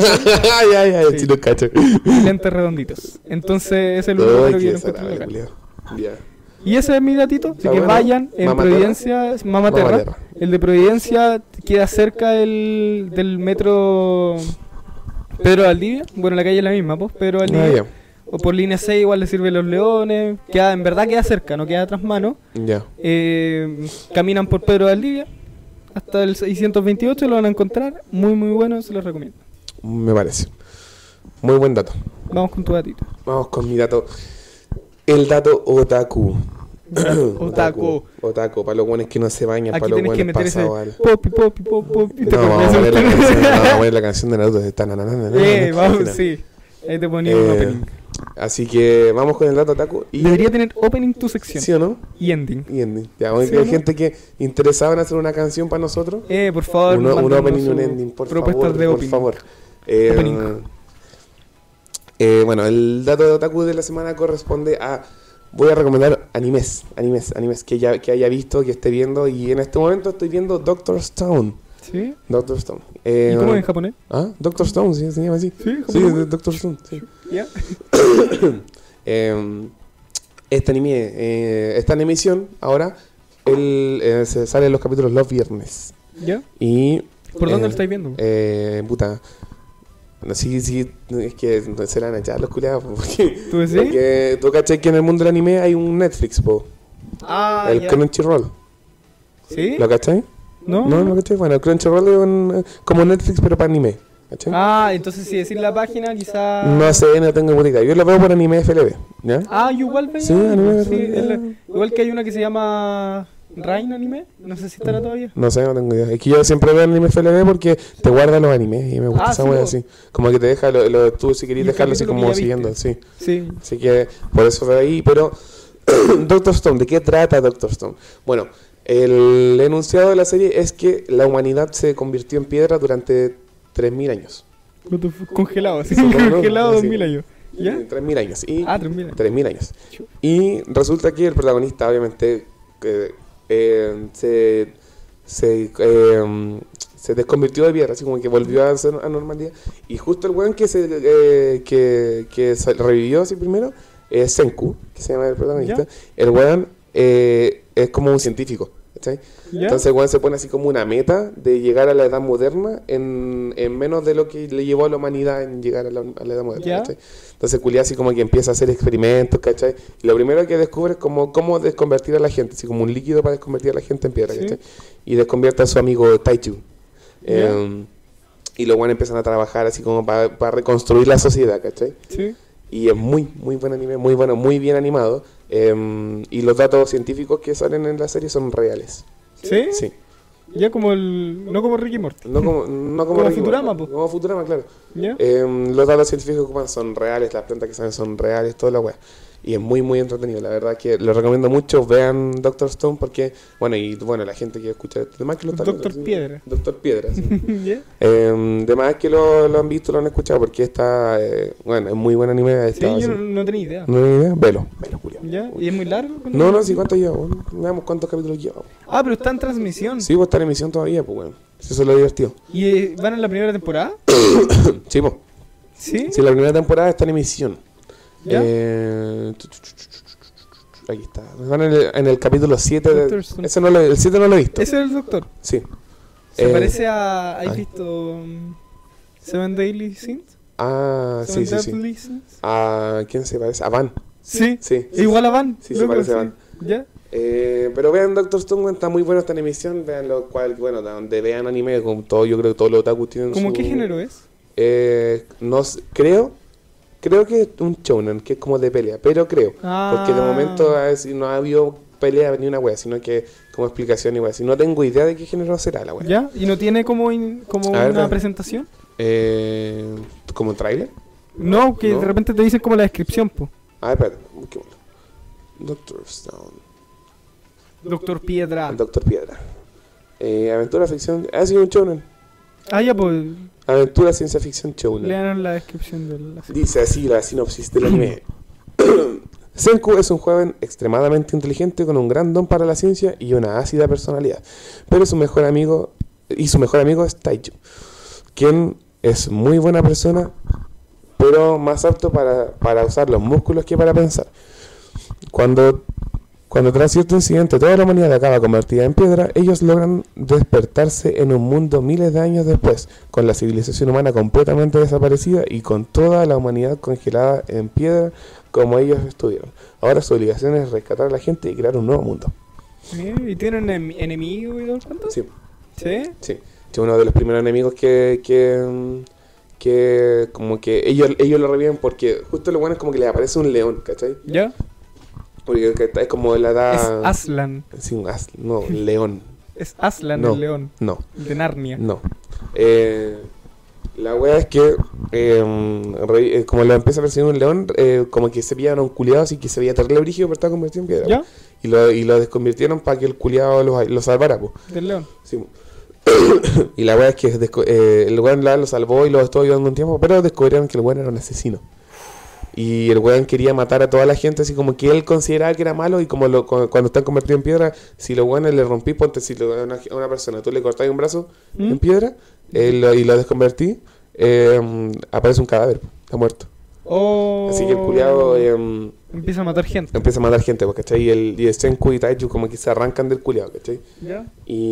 ya, ya,
Sí.
sí lo cacho.
Y lentes redonditos. Entonces, ese es el único
Ay,
pero que
qué
yo no encuentro en el
desagradable,
local.
culiao. Ya.
Y ese es mi datito, así
Está
que
bueno.
vayan en
Mama
Providencia, Mama Terra.
Mama Terra.
El de Providencia queda cerca del, del metro Pedro Valdivia. Bueno, la calle es la misma, pues, Pedro
Ah,
Valdivia.
ya.
O por línea seis igual le sirve Los Leones. Queda, en verdad queda cerca, no queda tras mano.
Ya.
Eh, caminan por Pedro Valdivia hasta el seiscientos veintiocho, lo van a encontrar. Muy, muy bueno, se los recomiendo.
Me parece. Muy buen dato.
Vamos con tu datito.
Vamos con mi dato. El dato otaku.
Otaku.
Otaku, para los buenos que no se bañan,
Aquí
para los
tenés que
buenos
meter ese
pasados al...
popi, popi, popi, popi. te
No,
pones
vamos a
eso.
poner la canción, no, vamos a poner la canción de Naruto. Está na, na, na, na, na,
Eh,
na,
vamos,
na.
sí. Ahí te ponía un
Eh,
opening.
Así que vamos con el dato otaku. Y,
Debería tener opening tu sección.
¿sí o no?
Y ending.
Y ending. Ya, bueno,
¿Sí
que
o
hay
no?
gente que interesaba en hacer una canción para nosotros.
Eh, por favor,
Uno, un
mándanos
opening y un
su
ending, por
propuestas
favor.
de
por
opening.
favor. Eh,
Opening.
eh, bueno, el dato de otaku de la semana corresponde a... Voy a recomendar animes, animes, animes que, ya, que haya visto, que esté viendo. Y en este momento estoy viendo Doctor Stone.
¿Sí?
Doctor Stone. Eh,
¿Y cómo es en japonés?
¿Ah? Doctor Stone, sí, se llama así.
Sí,
Sí,
japonés.
de Doctor Stone, sí.
¿Ya?
Eh, este anime eh, está en emisión ahora. El, eh, se salen los capítulos los viernes.
¿Ya?
Y...
¿Por dónde
eh,
lo estáis viendo?
Eh, puta. No, sí, sí, es que se la van a echar los culiados. Porque,
¿Tú decís?
porque tú cachai que en el mundo del anime hay un Netflix, po.
Ah,
el
ya.
Crunchyroll.
¿Sí?
¿Lo cachai?
¿No?
No, no cachai. Bueno, el Crunchyroll es un- como Netflix, pero para anime. ¿Cachai?
Ah, entonces si decir la página, quizá...
No sé, no tengo puta idea. Yo lo veo por Anime F L B. ¿Ya?
Ah, yo igual veía.
Sí, anime,
sí,
anime.
es la- igual que hay una que se llama Rain Anime. No sé si estará todavía.
No sé, no tengo idea. Es que yo siempre veo Anime F L B porque te guarda los animes y me gusta
Ah,
esa
sí,
wea
po.
así. Como que te deja, lo, lo- tú si
Y
querés
el
dejarlo así
capítulo
como
que ya
siguiendo,
viste.
sí.
Sí.
Así que por eso veo ahí. Pero Doctor Stone, ¿de qué trata Doctor Stone? Bueno, el enunciado de la serie es que la humanidad se convirtió en piedra durante tres mil años.
What the fuck, Congelado, así.
Sí, no, no,
Congelado
sí.
dos mil años. ¿Ya?
tres mil años. Y
Ah, tres mil.
tres mil años. Y resulta que el protagonista, obviamente, eh, eh, se, se, eh, se desconvirtió de piedra, así como que volvió a, ser, a normalidad. Y justo el weón que, se, eh, que, que se revivió así primero es Senku, que se llama el protagonista.
¿Ya?
El weón eh, es como un científico. ¿Cachai?
¿Ya?
Entonces el weón se pone así como una meta de llegar a la edad moderna en, en menos de lo que le llevó a la humanidad en llegar a la, a la edad moderna.
¿Ya?
¿Cachai? Entonces culiá así como que empieza a hacer experimentos, ¿cachai? Y lo primero que descubre es como cómo desconvertir a la gente, así como un líquido para desconvertir a la gente en piedra,
Sí.
¿cachai? Y desconvierte a su amigo Taichu.
¿Ya?
Eh, y los buenos empiezan a trabajar así como para, para reconstruir la sociedad, ¿cachai?
Sí.
Y es muy, muy buen anime, muy bueno, muy bien animado. Eh, y los datos científicos que salen en la serie son reales.
¿Sí?
Sí.
Ya como el... No como Ricky Morty.
No como, no como,
Como
Ricky
Futurama,
Morty.
po.
Como Futurama, claro.
¿Ya?
Eh, los datos científicos que ocupan son reales, las plantas que salen son reales, toda la weá. Y es muy, muy entretenido. La verdad que lo recomiendo mucho. Vean Doctor Stone porque, bueno, y bueno, la gente que escucha esto, de más que lo están
Doctor
viendo, ¿sí?
Piedra.
Doctor Piedra, sí.
¿Ya?
Eh, de más que lo, lo han visto, lo han escuchado porque está, eh, bueno, es muy buen anime.
Sí,
Está,
yo no,
así.
no tenía idea.
¿No hay idea? Velo, velo, Julio.
¿Ya? ¿Y es muy largo?
No, no, sí, ¿cuánto lleva? Bueno, veamos cuántos capítulos lleva.
Ah, pero está en transmisión.
Sí, pues está en emisión todavía, pues bueno. Eso es lo divertido.
¿Y eh, van en la primera temporada?
Sí, pues.
¿Sí?
Sí, la primera temporada está en emisión.
¿Ya?
Eh, tu, tu, tu, tu, tu, tu, aquí está. Van en el, en el capítulo siete. De,
Doctor Stone.
ese no lo, el siete no lo he visto.
Ese es el doctor.
Sí.
Se
Eh,
parece a... ¿Has
ay.
visto um, Seven Daily Sins?
Ah, sí,
Seven
sí, sí.
Deadly Sins.
¿A quién se parece? A Van.
Sí.
Sí.
¿Es igual a Van?
Sí, se
Loco,
parece a Van.
¿Ya?
Eh, pero vean Doctor Stone, está muy bueno, está en emisión. Vean lo cual, bueno, donde vean anime, con todo, yo creo que todos los otakus tienen
¿Cómo
su-
qué género es?
Eh, no sé, creo, creo que es un shounen, que es como de pelea, pero creo.
Ah.
Porque de momento a ver, no ha habido pelea ni una wea, sino que como explicación y wea. Si no tengo idea de qué género será la wea.
¿Ya? ¿Y no tiene como, in- como
A ver,
una
ve.
presentación?
Eh, ¿Como un trailer?
No, que
No.
de repente te dicen como la descripción, po.
Ah, espérate, busquémoslo. Doctor Stone.
Doctor Piedra.
El Doctor Piedra. Eh, aventura ficción. Ah, sí, un shounen.
Ah, ya, pues.
Aventura ciencia ficción shounen.
Lean la descripción de la serie.
Dice así la sinopsis del anime. Senku es un joven extremadamente inteligente con un gran don para la ciencia y una ácida personalidad. Pero su mejor amigo y su mejor amigo es Taichu, quien es muy buena persona, pero más apto para, para usar los músculos que para pensar. Cuando Cuando tras cierto incidente toda la humanidad acaba convertida en piedra, ellos logran despertarse en un mundo miles de años después, con la civilización humana completamente desaparecida y con toda la humanidad congelada en piedra como ellos estuvieron. Ahora su obligación es rescatar a la gente y crear un nuevo mundo.
Mira, ¿y tienen enem- enemigo y todo el cuento?
Sí,
¿Sí?
sí. Es uno de los primeros enemigos que... que que como que ellos, ellos lo reviven porque justo lo bueno es como que les aparece un león, ¿cachai?
¿Ya?
Porque que es como la edad...
Es Aslan.
Sí, un as- no, león.
Es Aslan
No.
el león.
No.
De Narnia.
No. Eh, la wea es que, eh, re- eh, como lo empieza a perseguir un león, eh, como que se pillaron a un culiado así que se veía terrible brígido, pero estaba convertido en piedra.
¿Ya?
Y lo, y lo desconvirtieron para que el culiado lo, lo salvara, po.
Del león.
Sí, po. Y la wea es que desco- eh, el weón la- lo salvó y lo estuvo ayudando un tiempo, pero descubrieron que el weón era un asesino. Y el weón quería matar a toda la gente, así como que él consideraba que era malo. Y como lo, cu- cuando están convertidos en piedra, si los weones le rompí, ponte, si lo- a una, a una persona tú le cortás un brazo
¿Mm?
en piedra eh, lo- y lo desconvertí, eh, aparece un cadáver, está muerto.
Oh.
Así que el culiado eh,
Empieza a matar gente.
empieza a matar gente, pues, ¿cachai? Y el, y el Senku y Taichu como que se arrancan del culiado, ¿cachai?
¿Ya?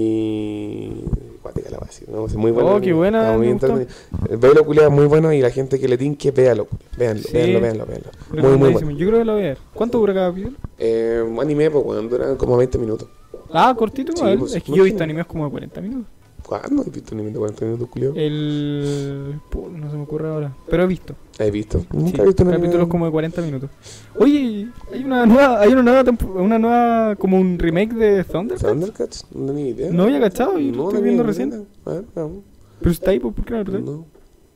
Y... Guática la base, ¿no? Es muy bueno.
Oh, qué buena,
Está muy
me gustó.
entretenido. El Velo culiado es muy bueno y la gente que le tinque, véalo, véanlo,
Sí.
véanlo, véanlo, véanlo. Muy, muy
Recomendadísimo.
bueno.
Yo creo que lo voy a ver. ¿Cuánto dura cada video?
Eh, un anime, pues, bueno, dura como veinte minutos.
Ah, cortito.
Sí,
a ver.
pues,
es que yo he visto
imagínate.
animes como de cuarenta minutos.
¿Cuándo has visto un anime de cuarenta minutos, culiado?
El... Puh, no se me ocurre ahora. Pero he visto.
¿Has visto?
Sí,
Nunca he visto un anime.
capítulos como de cuarenta minutos. Oye, hay una nueva, hay una nueva, tempo- una nueva, como un remake de Thundercats.
¿Thundercats? No tenía idea.
No había cachado y lo
no
estoy
tenía
viendo
idea.
recién.
A ver, vamos.
Pero está ahí, pues, ¿por qué no lo presento?
No.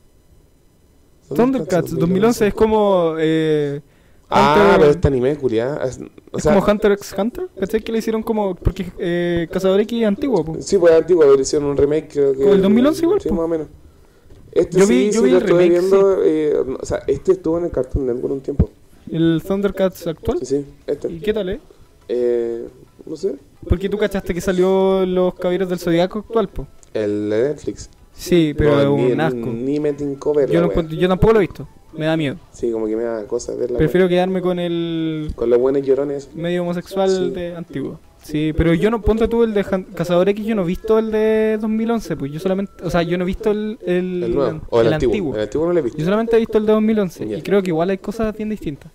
Thundercats dos mil once es como... Eh,
Ah,
Hunter-
pero este anime, culiado. Es, o
es
sea,
como Hunter x Hunter. ¿Cachai? Que le hicieron como... Porque eh, Cazador X es antiguo, pues.
sí, pues es antiguo, pero hicieron un remake, creo que.
¿Como el dos mil once igual,
Sí,
po?
más o menos. Este
Yo
sí,
vi- yo
sí
vi
lo
el
estuve
remake,
viendo. Eh, no, o sea, este estuvo en el Cartoon Network un tiempo.
El Thundercats actual.
Sí, sí, este.
¿Y qué tal, eh?
Eh, no sé.
Porque tú cachaste que salió Los Caballeros del Zodiaco actual, pues.
El de Netflix.
Sí, pero
No,
es
ni,
un asco.
Ni me tincó verla,
Yo, no
wea.
encuentro- yo tampoco lo he visto. Me da miedo.
Sí, como que me da cosas verla.
Prefiero quedarme con el
wea. Con los buenos llorones.
medio homosexual
Sí.
de antiguo. Sí, pero yo no, ponte tú el de Han- Cazador X, yo no he visto el de dos mil once, pues yo solamente, o sea, yo no he visto el, el,
El nuevo. O el, antiguo. El antiguo no lo he visto.
Yo solamente he visto el de dos mil once
Ya.
y creo que igual hay cosas bien distintas.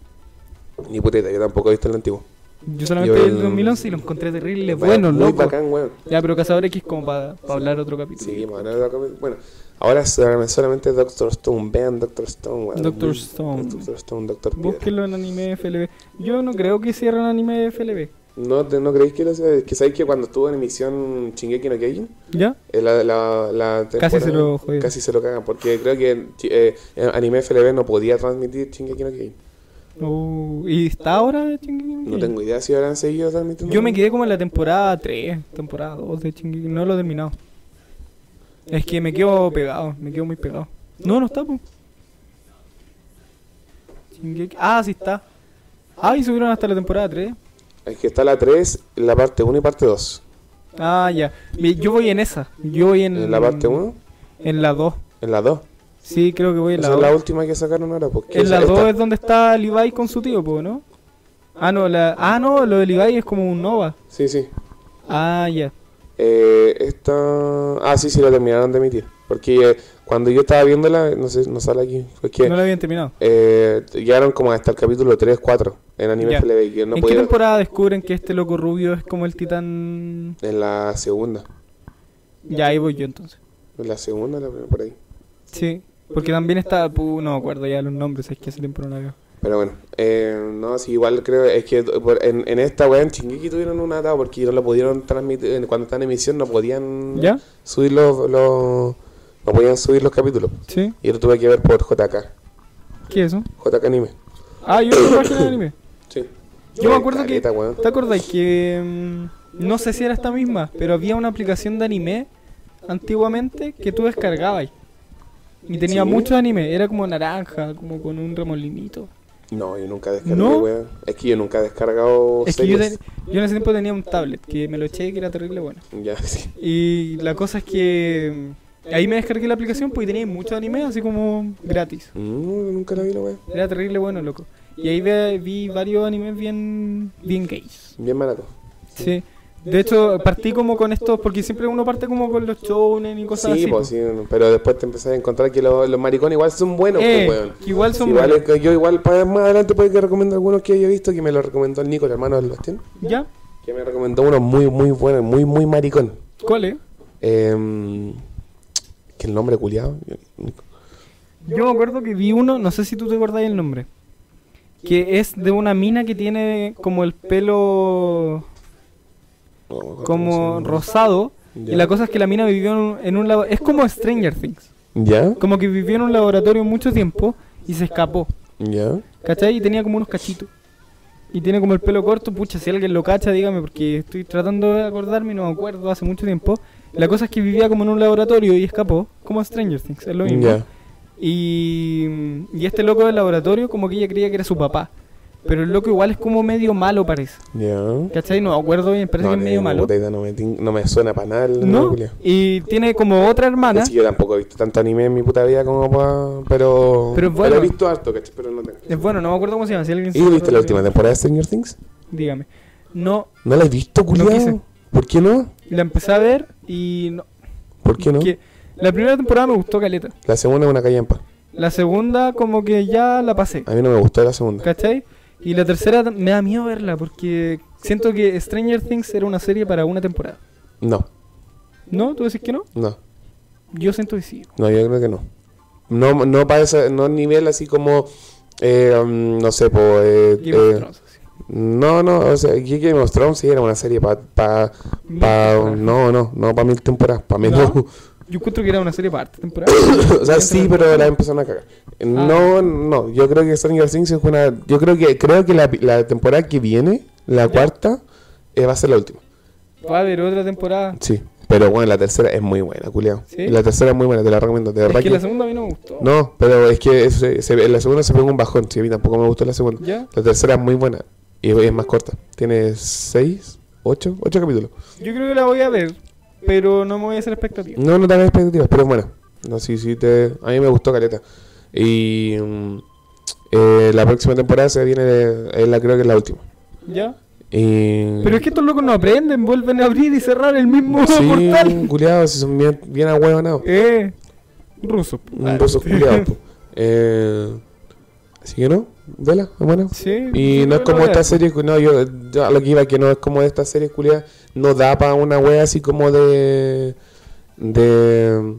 Ni puteta, yo tampoco he visto el antiguo.
Yo solamente
Yo
vi el
el-
dos mil once y lo encontré terrible,
Muy-
bueno,
Muy
loco.
bacán, weón.
Ya, pero Cazador X como para hablar otro capítulo.
Sí, bueno, ahora, bueno, ahora solamente- solamente Doctor Stone. Vean Doctor Stone, weón.
Doctor
Muy-
Stone.
Doctor Stone, Doctor Piedra.
Búsquenlo en anime F L B. Yo no creo que cierren anime F L B.
¿No, te- no creéis que lo sea? Que sabéis que cuando estuvo en emisión Shingeki no Kyojin,
¿Ya?
eh, la, la, la
Casi se
temporada-
lo jodieron.
Casi se lo cagan, porque creo que eh, eh, Anime F L V no podía transmitir Shingeki no Kyojin.
Uh, ¿Y está ahora Shingeki no
No
Kyojin?
tengo idea si habrán seguido transmitiendo.
Yo me quedé como en la temporada tres, temporada dos de Shingeki, no lo he terminado. Es que me quedo pegado, me quedo muy pegado. No, no está, pues. Shingeki. Ah, sí está. Ah, y subieron hasta la temporada tres.
Es que está la tres, la parte uno y parte dos.
Ah, ya. Mi- Yo voy en esa. Yo voy en.
En la parte uno,
En la dos.
en la dos.
Sí, creo que voy en la
Esa es la
dos.
última que sacaron ahora. Porque
En la
esa-
dos
esta-
es donde está Levi con su tío, po, ¿no? Ah, no, la... ah, no, lo de Levi es como un Nova.
Sí, sí.
Ah, ya.
Eh, esta... Ah, sí, sí, la terminaron de emitir. Porque eh, cuando yo estaba viéndola, no sé, no sale aquí. Fue que
No la habían terminado.
eh, llegaron como hasta el capítulo tres, cuatro en Anime
Ya.
F L V. Que no
¿En qué
pudieron...
temporada descubren que este loco rubio es como el titán?
En la segunda.
Ya, ahí voy yo entonces.
En la segunda, la primera, por ahí.
Sí, porque también está... pu- no me acuerdo ya los nombres, es que hace tiempo no la veo.
Pero bueno, eh, no, sí, igual creo, es que por- en, en esta weá en Shingeki tuvieron un atado porque no lo pudieron transmitir, en- cuando están en emisión no podían
¿Ya?
subir los, los- no podían subir los capítulos.
Sí.
Y lo tuve que ver por J K,
¿Qué es eso?
J K Anime.
Ah, yo en la página de anime.
Sí.
Yo me acuerdo que...
Caleta, weón.
¿Te acuerdas que... mm, no sé si era esta misma, pero había una aplicación de anime antiguamente que tú descargabas. Y tenía
¿Sí?
muchos animes, era como naranja, como con un remolinito.
No, yo nunca descargué,
¿No?
weón. Es que yo nunca he descargado
Es que yo,
series.
ten- yo en ese tiempo tenía un tablet que me lo eché y que era terrible bueno.
Ya, sí.
Y la cosa es que mm, ahí me descargué la aplicación porque tenía muchos animes así como gratis.
Mm, nunca la vi, la weón.
Era terrible bueno, loco. Y ahí ve- vi varios animes bien bien gays.
Bien barato.
Sí. De hecho, partí como con estos, porque siempre uno parte como con los shounen y cosas
Sí,
así.
pues
po.
sí, pero después te empezás a encontrar que los, los maricones igual son buenos,
Eh,
pues, weón.
que igual son
Sí, igual
buenos.
es que yo igual para más adelante puede que recomiendo algunos que haya visto, que me lo recomendó el Nico, el hermano del Bastián,
¿Ya?
que me recomendó uno muy, muy bueno, muy, muy maricón.
¿Cuál es?
Eh, que el nombre culiado.
Yo me acuerdo que vi uno, no sé si tú te acordás el nombre, que es de una mina que tiene como el pelo como rosado. Y la cosa es que la mina vivió en un, en un labo- es como Stranger Things.
¿Ya?
Como que vivió en un laboratorio mucho tiempo y se escapó.
¿Ya?
¿Cachai? Y tenía como unos cachitos. Y tiene como el pelo corto, pucha, si alguien lo cacha, dígame, porque estoy tratando de acordarme y no me acuerdo hace mucho tiempo. La cosa es que vivía como en un laboratorio y escapó, como Stranger Things, es lo mismo.
Ya.
Y, y este loco del laboratorio como que ella creía que era su papá. Pero el loco igual es como medio malo, parece.
Ya.
¿Cachai? No me acuerdo bien, parece
No,
que es medio
ni
malo.
puta idea, no, me, tin- no me suena para nada el nombre
¿No?
culiao.
Y tiene como otra hermana.
Sí, yo tampoco he visto tanto anime en mi puta vida como para... Pero...
Pero es bueno.
he visto harto, ¿cachai? Pero no tengo.
Es bueno, no me acuerdo cómo se llama. Si alguien se
¿Y viste la
acuerda,
última temporada de Stranger Things?
dígame. No,
¿No la he visto, culiao?
quise.
¿Por qué no?
la empecé a ver y no.
¿Por qué no?
que la primera temporada me gustó caleta.
La segunda es una callampa.
La segunda como que ya la pasé.
A mí no me gustó la segunda.
¿Cachai? Y la tercera t- me da miedo verla porque siento que Stranger Things era una serie para una temporada.
No,
¿No? ¿Tú decís que no?
no.
Yo siento que sí.
No, yo creo que no. No, no para ese, no nivel así como, eh, um, no sé, po, eh,
Game of
eh,
Thrones, así.
no, no, o sea, aquí Game of Thrones sí era una serie para, pa,
Mil
pa,
temporadas.
no, no, no para mil temporadas, para menos.
¿No? Yo encuentro que era una serie para harta temporada.
O sea, sí, pero la empezaron a cagar. No, no, yo creo que Stranger Things es una, yo creo que, creo que la, la temporada que viene, la cuarta, eh, va a ser la última.
Va a haber otra temporada.
Sí, pero bueno, la tercera es muy buena, culiao.
¿Sí?
La tercera es muy buena, te la recomiendo, de
Es
verdad
que
que-
la segunda a mí no me gustó.
No, pero es que eso se- se- en la segunda se pegó un bajón, sí, a mí tampoco me gustó la segunda.
¿Ya?
La tercera es muy buena y es más corta. Tiene seis, ocho, ocho capítulos.
Yo creo que la voy a ver, pero no me voy a hacer expectativas.
No, no te hagas expectativas, pero es buena. No, sí, sí, te, a mí me gustó caleta. Y mm, eh, la próxima temporada se viene, es la, creo que es la última.
¿Ya?
Y...
Pero es que estos locos no aprenden, vuelven a abrir y cerrar el mismo
sí,
portal.
culiados, si son bien, bien ahueonados.
Eh, ruso.
Un ruso culiado. po. Eh, así que no, vela, es buena.
Sí.
Y
yo
no es
creo que
como
la voy a
esta
ver.
serie, cu- no, yo, yo a lo que iba, que no es como de esta serie culiada, no da para una wea así como de. de.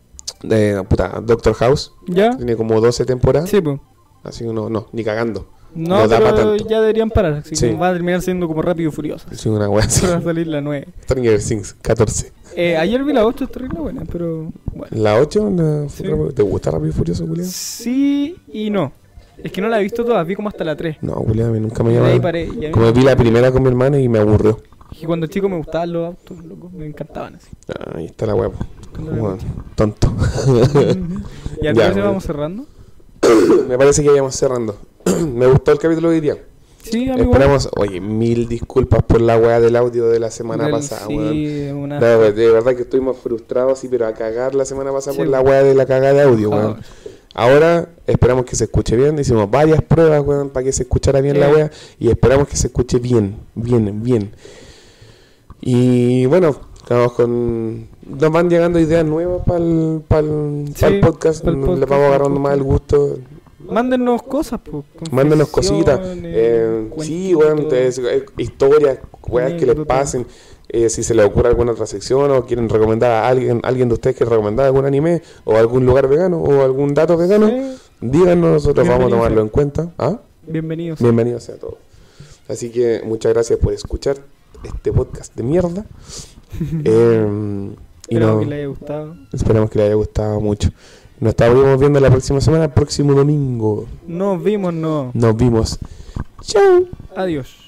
de. puta, Doctor House.
¿Ya?
Tiene como doce temporadas.
Sí, pues.
Así que no, no, ni cagando.
No,
no da
pero
para tanto.
ya deberían parar. Así
Sí.
que va a terminar siendo como Rápido y Furioso.
Sí, una wea así.
Va a salir la nueve.
Stranger Things catorce.
Eh, ayer vi la ocho, es terrible buena, pero bueno.
¿La ocho? La...
Sí.
¿Te gusta Rápido y Furioso, Julián?
Sí y no. Es que no la he visto todas, vi como hasta la tres.
No, Julián, a mí nunca me
Y de
llamó.
ahí paré. Y a mí-
Como vi la primera con mi hermana y me aburrió.
Y cuando chico me gustaban los autos, loco, me encantaban así.
Ah, ahí está la wea, po.
Cuando era
Como
chico.
tonto.
Y al
Ya,
parecer
bueno.
vamos cerrando.
Me parece que ya vamos cerrando. Me gustó el capítulo de hoy día.
Sí, amigo.
Esperamos, oye, mil disculpas por la weá del audio de la semana
Del-
pasada,
sí,
weón.
una...
De, de verdad que estuvimos frustrados, sí, pero a cagar la semana pasada
Sí,
por la
weón.
weá de la cagada de audio,
Por
weón.
favor.
Ahora esperamos que se escuche bien. Hicimos varias pruebas, weón, para que se escuchara bien
Sí.
la weá. Y esperamos que se escuche bien, bien, bien. Y bueno, estamos con... Nos van llegando ideas nuevas para el
Sí,
podcast.
pa'l
Les
podcast,
vamos agarrando
pa'l
más el gusto.
Mándennos cosas, pues.
Mándenos cositas. Eh, sí, weón, te- eh, historias, weas que les
anécdotas.
pasen. Eh, si se les ocurre alguna otra sección o quieren recomendar a alguien, alguien de ustedes que recomendar algún anime o algún lugar vegano o algún dato vegano, díganos, nosotros vamos a
Bienvenido
tomarlo
sea.
en cuenta. ¿Ah?
Bienvenidos.
Bienvenidos a todos. Así que muchas gracias por escuchar este podcast de mierda. eh, y
Espero
no,
que les haya gustado.
esperamos que les haya gustado mucho. Nos estaremos viendo la próxima semana, el próximo domingo.
Nos vimos, no.
Nos vimos. Chao.
Adiós.